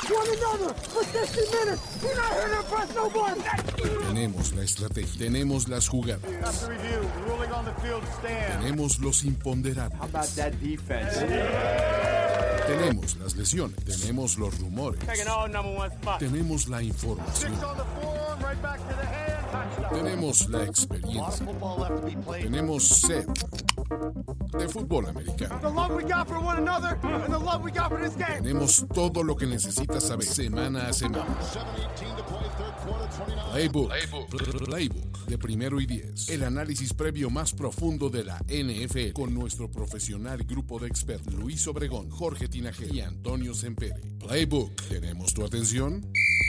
Tenemos la estrategia, tenemos las jugadas, tenemos los imponderables, tenemos las lesiones, tenemos los rumores, tenemos la información, tenemos la experiencia, tenemos sed de fútbol americano. Tenemos todo lo que necesitas saber semana a semana. Playbook de 1st y 10. El análisis previo más profundo de la NFL con nuestro profesional grupo de expertos Luis Obregón, Jorge Tinajero y Antonio Sempere. Playbook, ¿tenemos tu atención?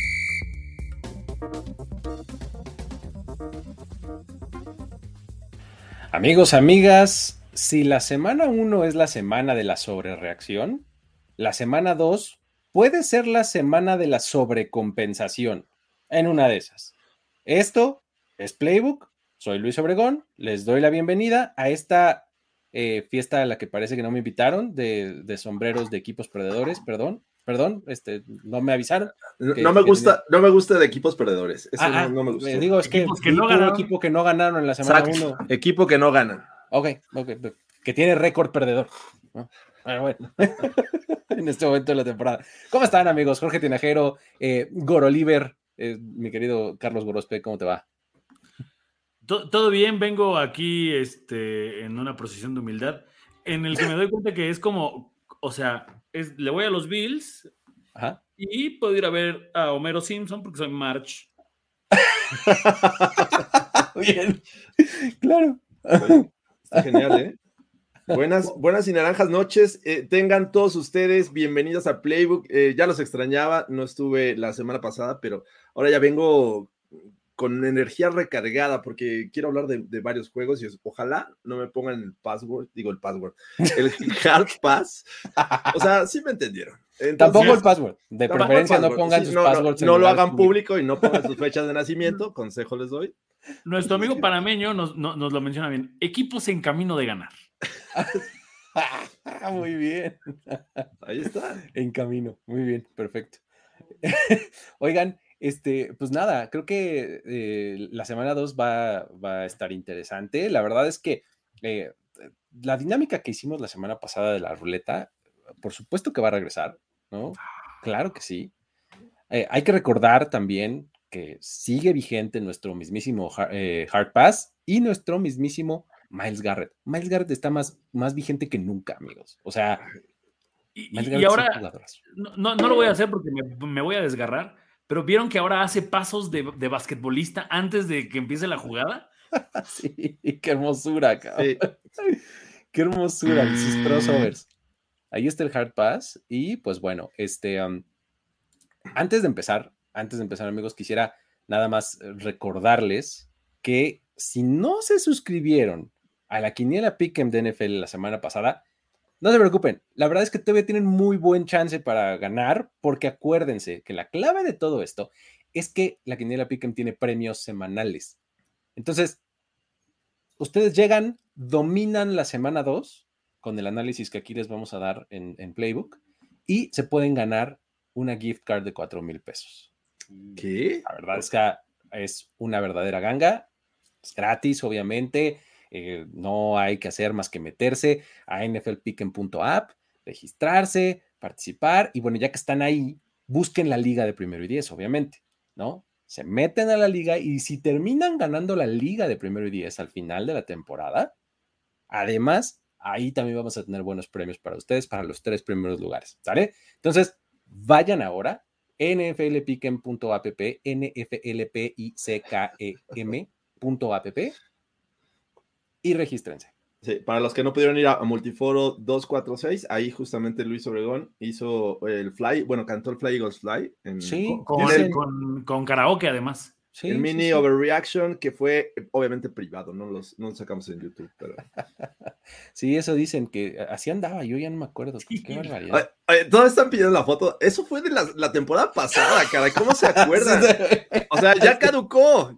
Amigos, amigas, si la semana 1 es la semana de la sobrereacción, la semana 2 puede ser la semana de la sobrecompensación, en una de esas. Esto es Playbook, soy Luis Obregón, les doy la bienvenida a esta fiesta a la que parece que no me invitaron, de sombreros de equipos perdedores, perdón, no me avisaron. No me gusta de equipos perdedores. Eso no me gusta. Digo, es que un equipo que no ganaron en la semana 1. Equipo que no ganan. Ok, que tiene récord perdedor. Bueno, en este momento de la temporada. ¿Cómo están, amigos? Jorge Tinajero, Goroliver, mi querido Carlos Gorospe, ¿cómo te va? Todo bien, vengo aquí en una procesión de humildad, en el que me doy cuenta que es como, o sea, le voy a los Bills. Ajá. Y puedo ir a ver a Homero Simpson porque soy March. Bien, claro. Está genial, ¿eh? Buenas y naranjas noches. Tengan todos ustedes bienvenidos a Playbook. Ya los extrañaba, no estuve la semana pasada, pero ahora ya vengo con energía recargada porque quiero hablar de varios juegos y ojalá no me pongan el Hard Pass. O sea, sí me entendieron. Entonces, tampoco el password. De preferencia no pongan sus passwords. No lo hagan público y no pongan sus fechas de nacimiento. Consejo les doy. Nuestro amigo panameño nos lo menciona bien. Equipos en camino de ganar. Muy bien. Ahí está. En camino. Muy bien, perfecto. Oigan, pues nada, creo que la semana 2 va a estar interesante. La verdad es que la dinámica que hicimos la semana pasada de la ruleta, por supuesto que va a regresar, ¿no? Claro que sí. Hay que recordar también que sigue vigente nuestro mismísimo Hard Pass y nuestro mismísimo Myles Garrett. Myles Garrett está más vigente que nunca, amigos. O sea, y ahora no lo voy a hacer porque me voy a desgarrar, pero ¿vieron que ahora hace pasos de basquetbolista antes de que empiece la jugada? Sí, qué hermosura, cabrón. Sí. Qué hermosura, sus crossovers. Ahí está el Hard Pass y pues bueno, antes de empezar, amigos, quisiera nada más recordarles que si no se suscribieron a la quiniela Pick'em de NFL la semana pasada, no se preocupen, la verdad es que todavía tienen muy buen chance para ganar, porque acuérdense que la clave de todo esto es que la quiniela Pick'em tiene premios semanales. Entonces, ustedes llegan, dominan la semana 2 con el análisis que aquí les vamos a dar en Playbook y se pueden ganar una gift card de $4,000. ¿Qué? La verdad es que es una verdadera ganga, es gratis, obviamente. No hay que hacer más que meterse a nflpick'em.app, registrarse, participar y bueno, ya que están ahí, busquen la liga de 1st y 10, obviamente, ¿no? Se meten a la liga y si terminan ganando la liga de 1st y 10 al final de la temporada, además, ahí también vamos a tener buenos premios para ustedes, para los 3 primeros lugares, ¿sale? Entonces, vayan ahora, nflpick'em.app, nflpick'em.app y regístrense. Sí, para los que no pudieron ir a Multiforo 246, ahí justamente Luis Obregón hizo el Fly, bueno, cantó el Fly Eagles Fly. Con karaoke además. Sí, el mini Overreaction, que fue obviamente privado, no lo sacamos en YouTube. Pero... Sí, eso dicen, que así andaba, yo ya no me acuerdo. Sí. Qué barbaridad. Todos están pidiendo la foto. Eso fue de la temporada pasada, caray, ¿cómo se acuerdan? O sea, ya caducó.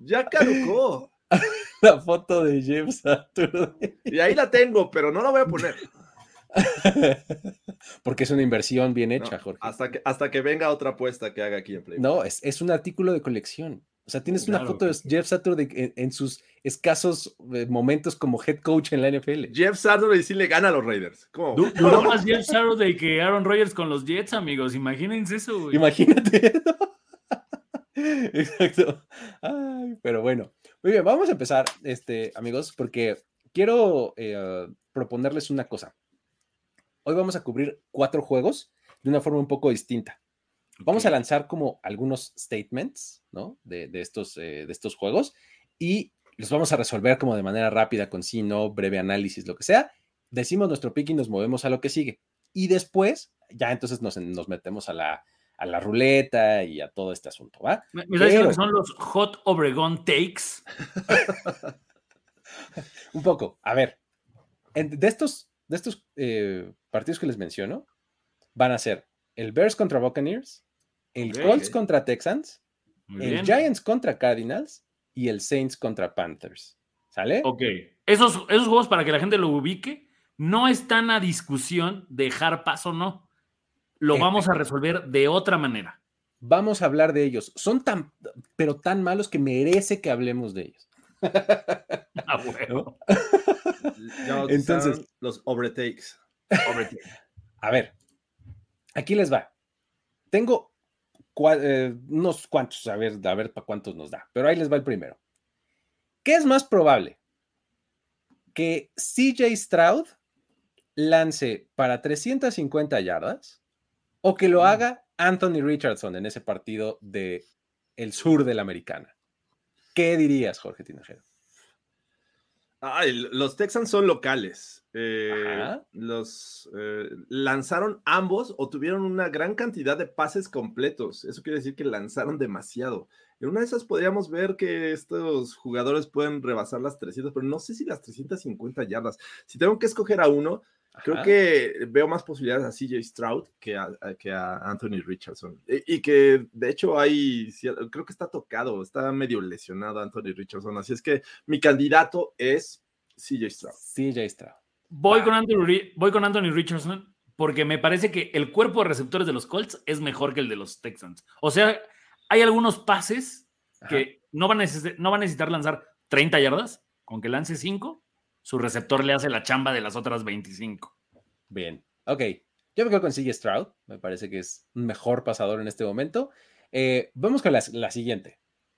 La foto de Jeff Saturday. Y ahí la tengo, pero no la voy a poner. Porque es una inversión bien No, hecha, Jorge. hasta que venga otra apuesta que haga aquí en Play. No, es un artículo de colección. O sea, tienes una Claro foto de que sí. Jeff Saturday en sus escasos momentos como head coach en la NFL. Jeff Saturday sí le gana a los Raiders. ¿Cómo? Duró más Jeff Saturday que Aaron Rodgers con los Jets, amigos. Imagínense eso, güey. Imagínate. Exacto. Ay, pero bueno. Muy bien, vamos a empezar, amigos, porque quiero proponerles una cosa. Hoy vamos a cubrir 4 juegos de una forma un poco distinta. Vamos a lanzar como algunos statements, ¿no? De estos juegos y los vamos a resolver como de manera rápida, con sí, no, breve análisis, lo que sea. Decimos nuestro pick y nos movemos a lo que sigue. Y después, ya entonces nos metemos a la ruleta y a todo este asunto, ¿va? ¿Me estás diciendo que son los Hot Obregón Takes? Un poco. A ver, de estos partidos que les menciono, van a ser el Bears contra Buccaneers, el Colts contra Texans, el Giants contra Cardinals y el Saints contra Panthers. ¿Sale? Ok. Esos juegos, para que la gente lo ubique, no están a discusión dejar paso o no. Lo vamos a resolver de otra manera. Vamos a hablar de ellos. Son pero tan malos que merece que hablemos de ellos. Ah, bueno. Entonces, los overtakes. A ver, aquí les va. Tengo unos cuantos, a ver para cuántos nos da, pero ahí les va el primero. ¿Qué es más probable? ¿Que CJ Stroud lance para 350 yardas o que lo haga Anthony Richardson en ese partido del sur de la Americana? ¿Qué dirías, Jorge Tinajero? Los Texans son locales. Los lanzaron ambos o tuvieron una gran cantidad de pases completos. Eso quiere decir que lanzaron demasiado. En una de esas podríamos ver que estos jugadores pueden rebasar las 300, pero no sé si las 350 yardas. Si tengo que escoger a uno, creo que veo más posibilidades a CJ Stroud que a Anthony Richardson. Y que, de hecho, creo que está tocado, está medio lesionado Anthony Richardson. Así es que mi candidato es CJ Stroud. CJ Stroud. Voy con Anthony Richardson porque me parece que el cuerpo de receptores de los Colts es mejor que el de los Texans. O sea, hay algunos pases que no van a necesitar lanzar 30 yardas. Con que lance 5, su receptor le hace la chamba de las otras 25. Bien, ok. Yo me quedo con CJ Stroud. Me parece que es un mejor pasador en este momento. Vamos con la siguiente.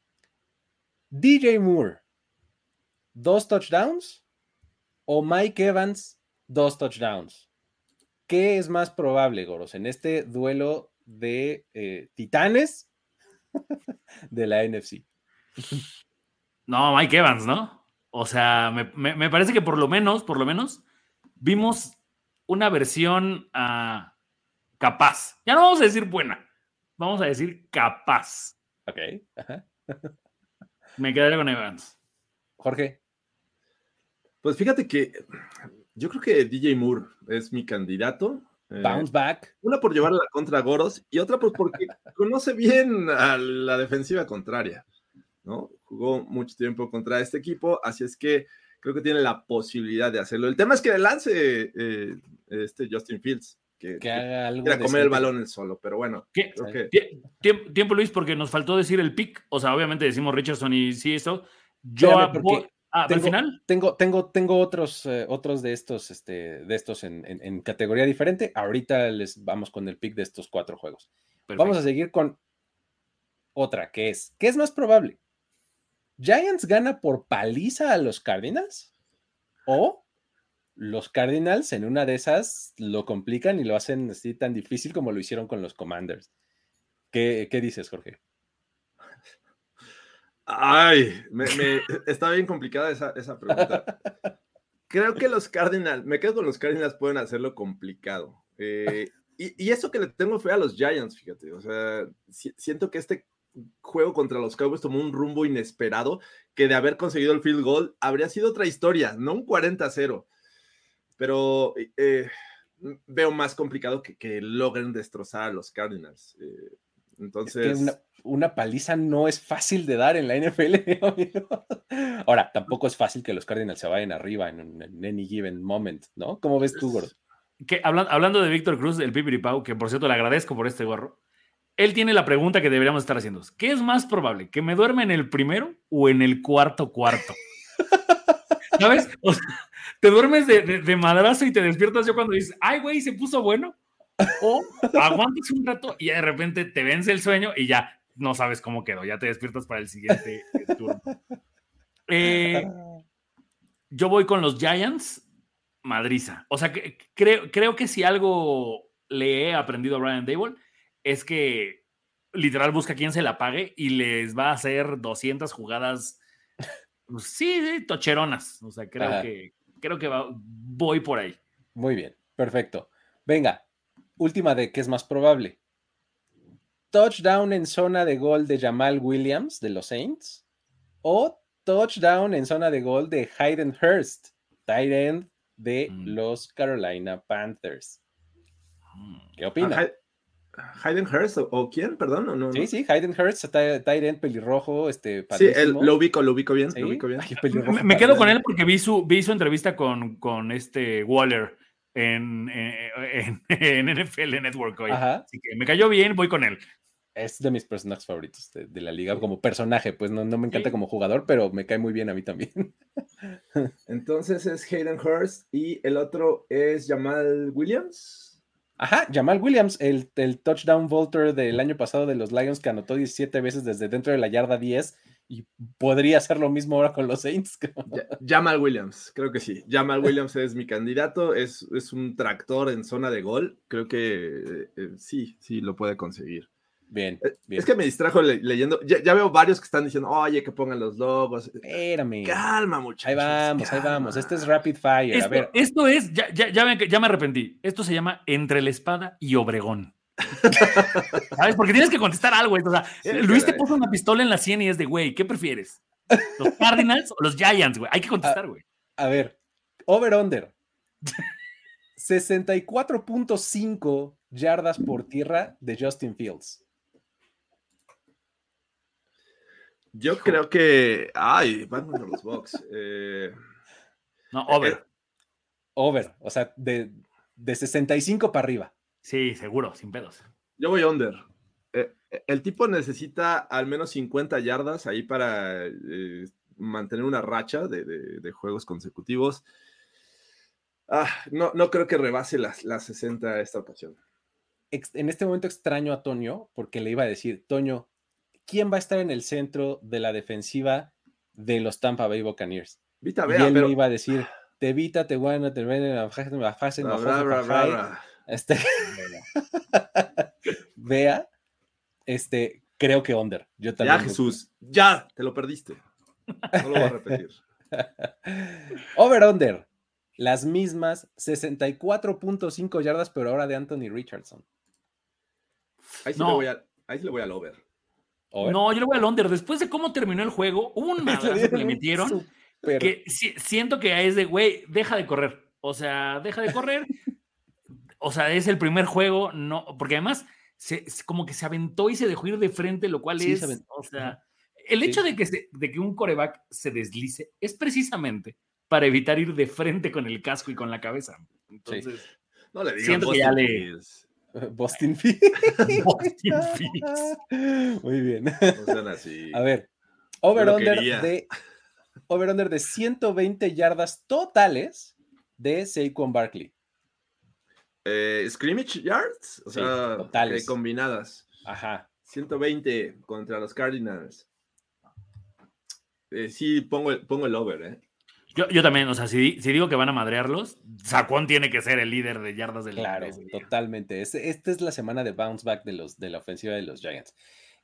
DJ Moore, 2 touchdowns o Mike Evans, 2 touchdowns. ¿Qué es más probable, Goros, en este duelo de titanes de la NFC? No, Mike Evans, ¿no? O sea, me parece que por lo menos, vimos una versión capaz. Ya no vamos a decir buena, vamos a decir capaz. Ok. Ajá. Me quedaré con Evans. Jorge. Pues fíjate que yo creo que DJ Moore es mi candidato. Bounce back. Una por llevarla contra Goros y otra pues porque conoce bien a la defensiva contraria, ¿no? Jugó mucho tiempo contra este equipo, así es que creo que tiene la posibilidad de hacerlo. El tema es que le lance Justin Fields, que haga algo quiera comer el balón él solo, pero bueno. Creo que... Tiempo, Luis, porque nos faltó decir el pick. O sea, obviamente decimos Richardson y sí, esto. ¿Al final? Tengo otros de estos en categoría diferente. Ahorita les vamos con el pick de estos 4 juegos. Perfecto. Vamos a seguir con otra, ¿qué es más probable? ¿Giants gana por paliza a los Cardinals? ¿O los Cardinals en una de esas lo complican y lo hacen así tan difícil como lo hicieron con los Commanders? ¿Qué dices, Jorge? Está bien complicada esa pregunta. Creo que me quedo con los Cardinals, pueden hacerlo complicado. Y eso que le tengo fe a los Giants, fíjate, o sea, siento que este juego contra los Cowboys tomó un rumbo inesperado, que de haber conseguido el field goal habría sido otra historia, no un 40-0, pero veo más complicado que logren destrozar a los Cardinals. Entonces... Es que una paliza no es fácil de dar en la NFL. Ahora, tampoco es fácil que los Cardinals se vayan arriba en any given moment, ¿no? ¿Cómo ves tú, Gordo? que hablando de Víctor Cruz, el Pipiripau, que por cierto le agradezco por este gorro, él tiene la pregunta que deberíamos estar haciendo. ¿Qué es más probable? ¿Que me duerme en el primero o en el cuarto cuarto? ¿Sabes? O sea, te duermes de madrazo y te despiertas yo cuando dices, ay, güey, se puso bueno. O aguantas un rato y de repente te vence el sueño y ya no sabes cómo quedó. Ya te despiertas para el siguiente turno. Yo voy con los Giants, madriza. O sea, creo que si algo le he aprendido a Brian Daboll es que literal busca quien se la pague y les va a hacer 200 jugadas, pues, sí, tocheronas. O sea, creo que voy por ahí. Muy bien, perfecto. Venga, última de qué es más probable. Touchdown en zona de gol de Jamal Williams de los Saints o touchdown en zona de gol de Hayden Hurst, tight end de los Carolina Panthers. ¿Qué opinan? ¿Hayden Hurst o quién? Perdón. ¿O no? Sí, Hayden Hurst, tight end pelirrojo, sí, lo ubico bien. ¿Sí? Lo ubico bien. Ay, me quedo con él porque vi su entrevista con este Waller en NFL Network hoy. Ajá. Así que me cayó bien, voy con él. Es de mis personajes favoritos de la liga, como personaje, pues no me encanta como jugador, pero me cae muy bien a mí también. Entonces es Hayden Hurst y el otro es Jamal Williams. Ajá, Jamal Williams, el touchdown vaulter del año pasado de los Lions que anotó 17 veces desde dentro de la yarda 10 y podría hacer lo mismo ahora con los Saints. Jamal Williams, creo que sí. Jamal Williams es mi candidato, es un tractor en zona de gol. Creo que sí lo puede conseguir. Bien. Es que me distrajo leyendo. Ya veo varios que están diciendo, oye, que pongan los logos. Espérame. Calma, muchachos. Ahí vamos. Este es Rapid Fire. A ver. Esto es, ya me arrepentí. Esto se llama Entre la Espada y Obregón. ¿Sabes? Porque tienes que contestar algo. O sea, sí, Luis te puso una pistola en la sien y es de, güey, ¿qué prefieres? ¿Los Cardinals o los Giants, güey? Hay que contestar, güey. A ver, over-under. 64.5 yardas por tierra de Justin Fields. Yo creo que... van con los Bucks. No, over. Over, o sea, de 65 para arriba. Sí, seguro, sin pedos. Yo voy under. El tipo necesita al menos 50 yardas ahí para mantener una racha de juegos consecutivos. No creo que rebase las 60 esta ocasión. En este momento extraño a Toño, porque le iba a decir, Toño, ¿quién va a estar en el centro de la defensiva de los Tampa Bay Buccaneers? Vita, Vea, y él me iba a decir, Vea, creo que under. Yo también. Ya, Jesús, ya, te lo perdiste. No lo voy a repetir. Over-under. Las mismas 64.5 yardas, pero ahora de Anthony Richardson. Ahí sí le voy al over. No, yo le voy al under. Después de cómo terminó el juego, hubo un madrazo que le metieron que siento que es de, güey, deja de correr. O sea, deja de correr. O sea, es el primer juego, no, porque además como que se aventó y se dejó ir de frente, lo cual o sea, el hecho de que un quarterback se deslice es precisamente para evitar ir de frente con el casco y con la cabeza. Entonces, no le digan siento que ya Boston Fields. Boston Fields. Muy bien. No sean así. A ver, over-under de 120 yardas totales de Saquon Barkley. Scrimmage yards, o sea, totales. Combinadas. Ajá. 120 contra los Cardinals. Sí, pongo el over, Yo también, o sea, si digo que van a madrearlos, Saquon tiene que ser el líder de yardas del Claro, totalmente. Esta es la semana de bounce back de la ofensiva de los Giants.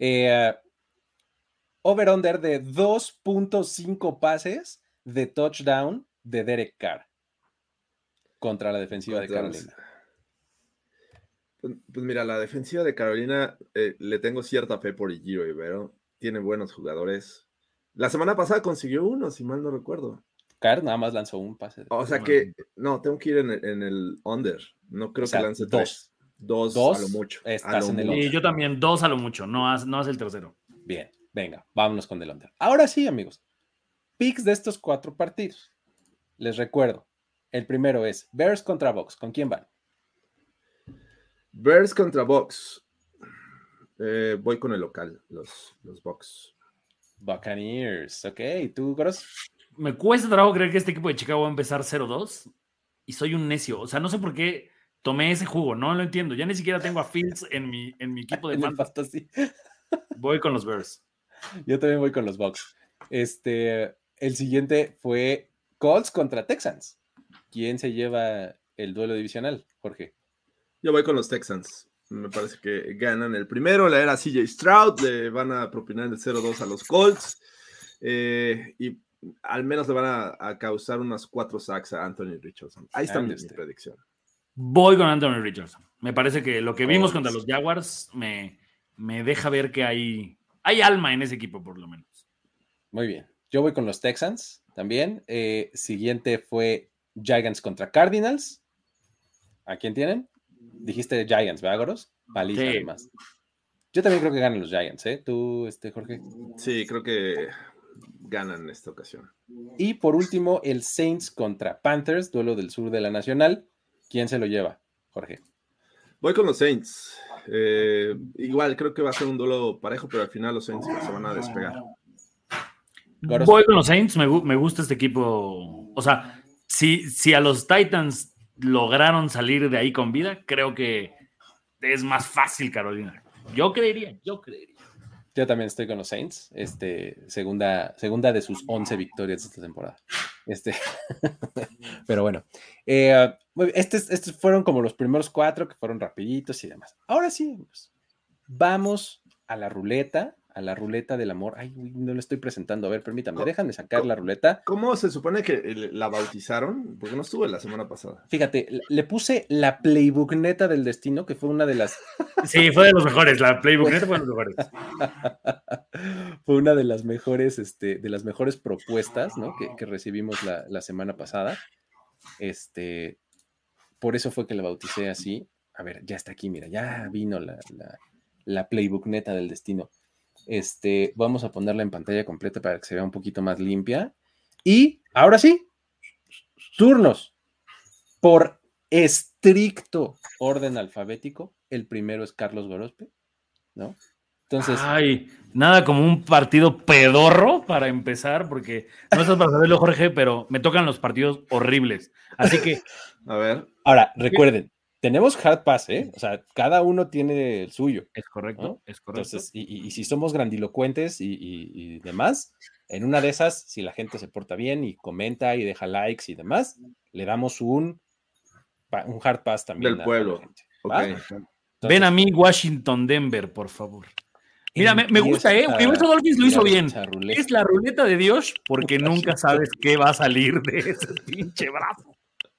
Over-under de 2.5 pases de touchdown de Derek Carr contra la defensiva de Carolina. Pues mira, la defensiva de Carolina le tengo cierta fe por Ejiro Evero. Tiene buenos jugadores. La semana pasada consiguió uno, si mal no recuerdo. Carr nada más lanzó un pase. O sea que, no, tengo que ir en el under. No creo que lance dos. Dos a lo mucho. Estás en el under. Y yo también, 2 a lo mucho. No haz el tercero. Bien, venga, vámonos con el under. Ahora sí, amigos. Picks de estos 4 partidos. Les recuerdo. El primero es Bears contra Bucks. ¿Con quién van? Bears contra Bucks. Voy con el local, los Bucks. Buccaneers. Ok, ¿tú, Goros? Me cuesta trabajo creer que este equipo de Chicago va a empezar 0-2 y soy un necio. O sea, no sé por qué tomé ese jugo, no lo entiendo. Ya ni siquiera tengo a Fields en mi equipo de fantasy. Voy con los Bears. Yo también voy con los Bucks. El siguiente fue Colts contra Texans. ¿Quién se lleva el duelo divisional, Jorge? Yo voy con los Texans. Me parece que ganan el primero. La era CJ Stroud. Le van a propinar el 0-2 a los Colts. Y al menos le van a causar unas 4 sacks a Anthony Richardson. Ahí está mi predicción. Voy con Anthony Richardson. Me parece que lo que vimos contra los Jaguars me deja ver que hay alma en ese equipo, por lo menos. Muy bien. Yo voy con los Texans también. Siguiente fue Giants contra Cardinals. ¿A quién tienen? Dijiste Giants, ¿verdad, Goros? Paliza, sí. Además. Yo también creo que ganan los Giants, ¿eh? ¿Tú, Jorge? Sí, creo que ganan en esta ocasión. Y por último, el Saints contra Panthers, duelo del sur de la Nacional. ¿Quién se lo lleva, Jorge? Voy con los Saints. Igual, creo que va a ser un duelo parejo, pero al final los Saints se van a despegar. ¿Goros? Voy con los Saints, me gusta este equipo. O sea, si a los Titans lograron salir de ahí con vida, creo que es más fácil Carolina. Yo creería. Yo también estoy con los Saints. Segunda de sus 11 victorias esta temporada. Pero bueno. Estos fueron como los primeros 4 que fueron rapiditos y demás. Ahora sí, pues, vamos a la ruleta del amor. Ay, no lo estoy presentando. A ver, permítame, déjame sacar la ruleta. ¿Cómo se supone que la bautizaron? Porque no estuve la semana pasada. Fíjate, le puse la Playbook neta del destino, que fue una de las... Sí, fue de los mejores. La Playbook neta fue de los mejores. Fue una de las mejores propuestas, ¿no? que recibimos la semana pasada. Por eso fue que la bauticé así. A ver, ya está aquí, mira, ya vino la Playbook neta del destino. Vamos a ponerla en pantalla completa para que se vea un poquito más limpia. Y ahora sí, turnos por estricto orden alfabético. El primero es Carlos Gorospe, ¿no? Entonces, nada como un partido pedorro para empezar, porque no estás para saberlo, Jorge, pero me tocan los partidos horribles. Así que, a ver. Ahora, recuerden, tenemos Hard Pass, ¿eh? O sea, cada uno tiene el suyo. Es correcto, ¿no? Es correcto. Entonces, y si somos grandilocuentes y demás, en una de esas, si la gente se porta bien y comenta y deja likes y demás, le damos un Hard Pass también. Del pueblo. La gente, okay. Entonces, ven a mí, Washington, Denver, por favor. Mira, me gusta, Universal Dolphins lo hizo bien. Es la ruleta de Dios porque nunca sabes qué va a salir de ese pinche brazo.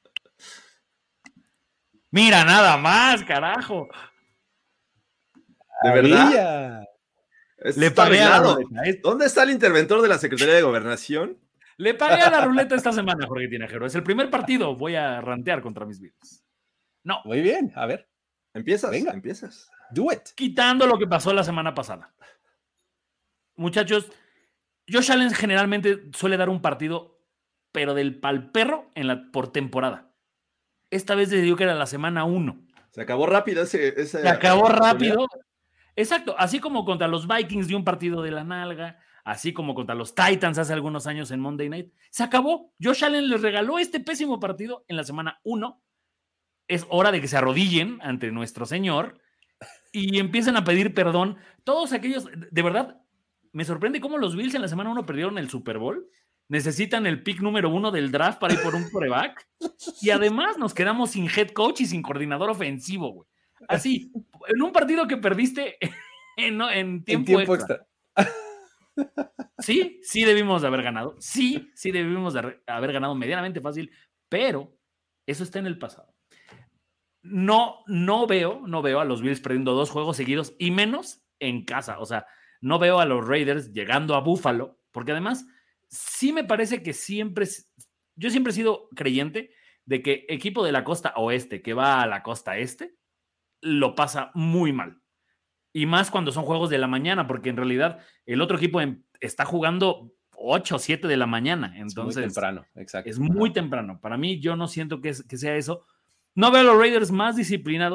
Mira, nada más, carajo. ¿De verdad? Le pagué a la ruleta. ¿Dónde está el interventor de la Secretaría de Gobernación? Le pagué a la ruleta esta semana, Jorge Tinajero. Es el primer partido. Voy a rantear contra mis Bills. No. Muy bien, a ver. Empiezas. Do it. Quitando lo que pasó la semana pasada. Muchachos, Josh Allen generalmente suele dar un partido, pero del palperro por temporada. Esta vez decidió que era la semana 1. Se acabó rápido Se acabó rápido. Exacto. Así como contra los Vikings dio un partido de la nalga, así como contra los Titans hace algunos años en Monday Night. Se acabó. Josh Allen les regaló este pésimo partido en la semana 1. Es hora de que se arrodillen ante nuestro Señor y empiecen a pedir perdón. Todos aquellos, de verdad, me sorprende cómo los Bills en la semana 1 perdieron el Super Bowl. Necesitan el pick número 1 del draft para ir por un quarterback. Y además nos quedamos sin head coach y sin coordinador ofensivo, güey. Así, en un partido que perdiste en tiempo extra. Sí debimos de haber ganado. Sí debimos de haber ganado medianamente fácil, pero eso está en el pasado. No veo a los Bills perdiendo 2 juegos seguidos y menos en casa. O sea, no veo a los Raiders llegando a Buffalo, porque además sí me parece que yo siempre he sido creyente de que equipo de la costa oeste que va a la costa este lo pasa muy mal. Y más cuando son juegos de la mañana, porque en realidad el otro equipo está jugando 8 o 7 de la mañana. Entonces, es muy temprano, exacto. Es muy temprano. Para mí, yo no siento que sea eso. No veo a los Raiders más disciplinados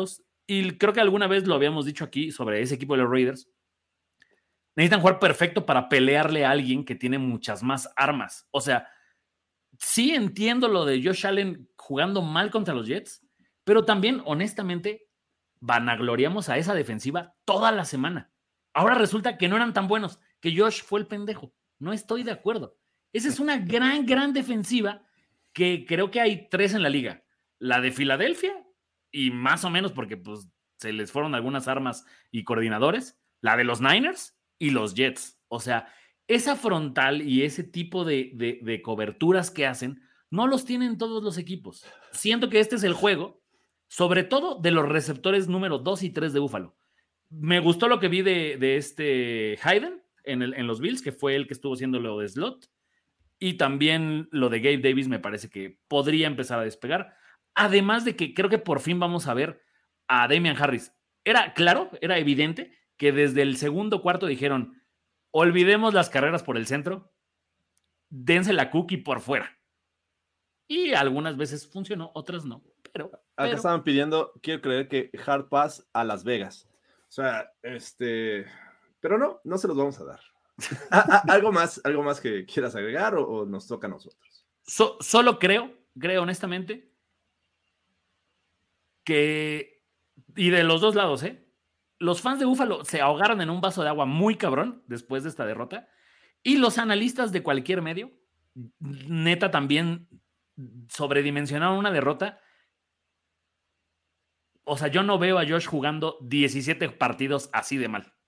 y creo que alguna vez lo habíamos dicho aquí sobre ese equipo de los Raiders, necesitan jugar perfecto para pelearle a alguien que tiene muchas más armas. O sea, sí entiendo lo de Josh Allen jugando mal contra los Jets, pero también, honestamente, vanagloriamos a esa defensiva toda la semana. Ahora resulta que no eran tan buenos, que Josh fue el pendejo. No estoy de acuerdo. Esa es una gran defensiva que creo que hay 3 en la liga. La de Filadelfia, y más o menos porque pues, se les fueron algunas armas y coordinadores. La de los Niners y los Jets. O sea, esa frontal y ese tipo de coberturas que hacen, no los tienen todos los equipos. Siento que este es el juego, sobre todo de los receptores número 2 y 3 de Buffalo. Me gustó lo que vi de este Hayden en los Bills, que fue el que estuvo haciendo lo de slot. Y también lo de Gabe Davis me parece que podría empezar a despegar. Además de que creo que por fin vamos a ver a Damian Harris. Era claro, era evidente que desde el segundo cuarto dijeron, olvidemos las carreras por el centro, dense la cookie por fuera. Y algunas veces funcionó, otras no. Acá estaban pidiendo, quiero creer que hard pass a Las Vegas. O sea, pero no se los vamos a dar. ¿Algo más que quieras agregar o nos toca a nosotros? Solo creo honestamente que, y de los dos lados, los fans de Buffalo se ahogaron en un vaso de agua muy cabrón después de esta derrota, y los analistas de cualquier medio, neta, también sobredimensionaron una derrota. O sea, yo no veo a Josh jugando 17 partidos así de mal.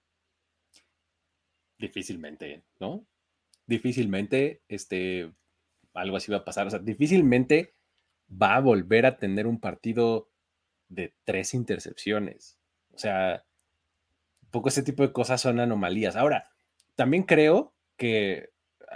Difícilmente, ¿no? Difícilmente algo así va a pasar. O sea, difícilmente va a volver a tener un partido de 3 intercepciones. O sea, un poco ese tipo de cosas son anomalías. Ahora, también creo que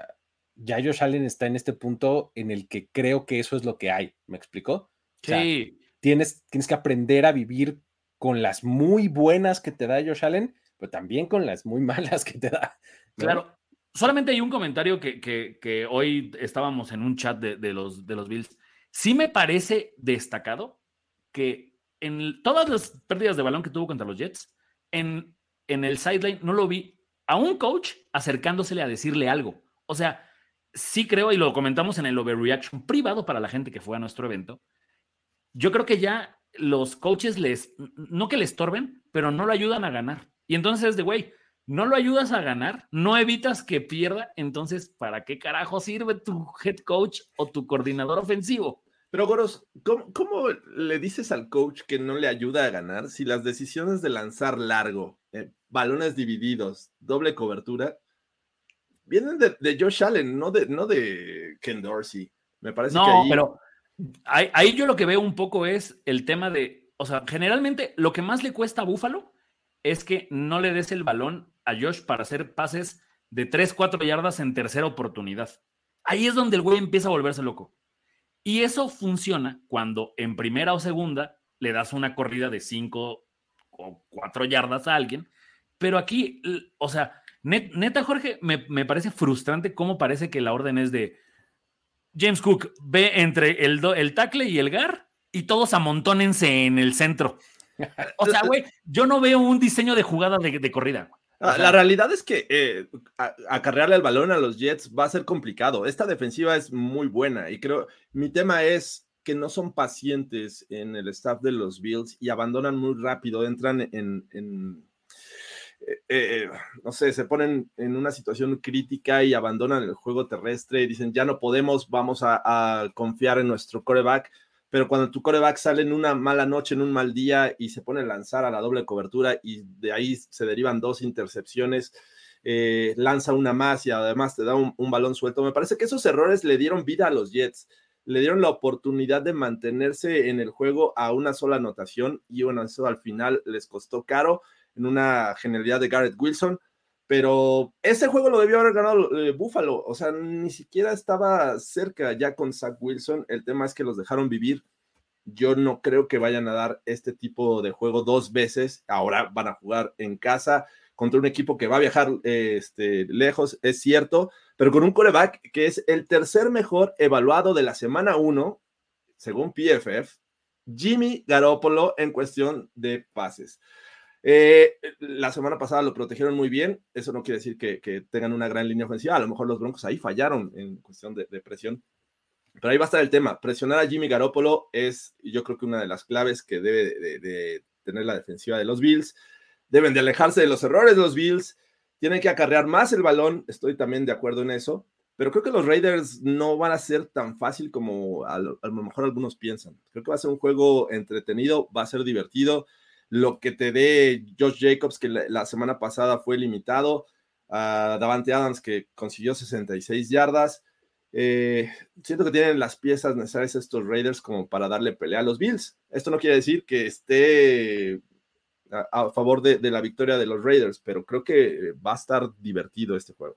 ya Josh Allen está en este punto en el que creo que eso es lo que hay. ¿Me explicó? O sea, sí. Tienes que aprender a vivir con las muy buenas que te da Josh Allen, pero también con las muy malas que te da, ¿no? Claro. Solamente hay un comentario que hoy estábamos en un chat de los Bills. Sí me parece destacado que en todas las pérdidas de balón que tuvo contra los Jets, en el sideline no lo vi a un coach acercándosele a decirle algo. O sea, sí creo, y lo comentamos en el Overreaction privado para la gente que fue a nuestro evento, yo creo que ya los coaches no que le estorben, pero no lo ayudan a ganar. Y entonces güey, no lo ayudas a ganar, no evitas que pierda, entonces, ¿para qué carajo sirve tu head coach o tu coordinador ofensivo? Pero, Goros, ¿cómo le dices al coach que no le ayuda a ganar si las decisiones de lanzar largo, balones divididos, doble cobertura, vienen de Josh Allen, no de Ken Dorsey? Me parece que ahí... pero ahí yo lo que veo un poco es el tema de, o sea, generalmente lo que más le cuesta a Buffalo es que no le des el balón a Josh para hacer pases de 3-4 yardas en tercera oportunidad. Ahí es donde el güey empieza a volverse loco. Y eso funciona cuando en primera o segunda le das una corrida de 5 o 4 yardas a alguien. Pero aquí, o sea, neta, Jorge, me parece frustrante cómo parece que la orden es de James Cook, ve entre el tackle y el guard y todos amontónense en el centro. O sea, güey, yo no veo un diseño de jugada de corrida. O sea, la realidad es que acarrearle el balón a los Jets va a ser complicado. Esta defensiva es muy buena y creo, mi tema es que no son pacientes en el staff de los Bills y abandonan muy rápido, entran no sé, se ponen en una situación crítica y abandonan el juego terrestre y dicen, ya no podemos, vamos a confiar en nuestro quarterback. Pero cuando tu quarterback sale en una mala noche, en un mal día y se pone a lanzar a la doble cobertura y de ahí se derivan 2 intercepciones, lanza una más y además te da un balón suelto, me parece que esos errores le dieron vida a los Jets, le dieron la oportunidad de mantenerse en el juego a una sola anotación y bueno, eso al final les costó caro en una genialidad de Garrett Wilson. Pero ese juego lo debió haber ganado Buffalo, o sea, ni siquiera estaba cerca ya con Zach Wilson. El tema es que los dejaron vivir. Yo no creo que vayan a dar este tipo de juego 2 veces. Ahora van a jugar en casa contra un equipo que va a viajar lejos, es cierto, pero con un quarterback que es el tercer mejor evaluado de la semana 1, según PFF, Jimmy Garoppolo en cuestión de pases. La semana pasada lo protegieron muy bien, eso no quiere decir que tengan una gran línea ofensiva, a lo mejor los Broncos ahí fallaron en cuestión de presión, pero ahí va a estar el tema. Presionar a Jimmy Garoppolo es, yo creo que una de las claves que debe de tener la defensiva de los Bills. Deben de alejarse de los errores de los Bills, tienen que acarrear más el balón, estoy también de acuerdo en eso, pero creo que los Raiders no van a ser tan fácil como a lo mejor algunos piensan. Creo que va a ser un juego entretenido, va a ser divertido. Lo que te dé Josh Jacobs, que la semana pasada fue limitado, a Davante Adams, que consiguió 66 yardas. Siento que tienen las piezas necesarias estos Raiders como para darle pelea a los Bills. Esto no quiere decir que esté a favor de la victoria de los Raiders, pero creo que va a estar divertido este juego.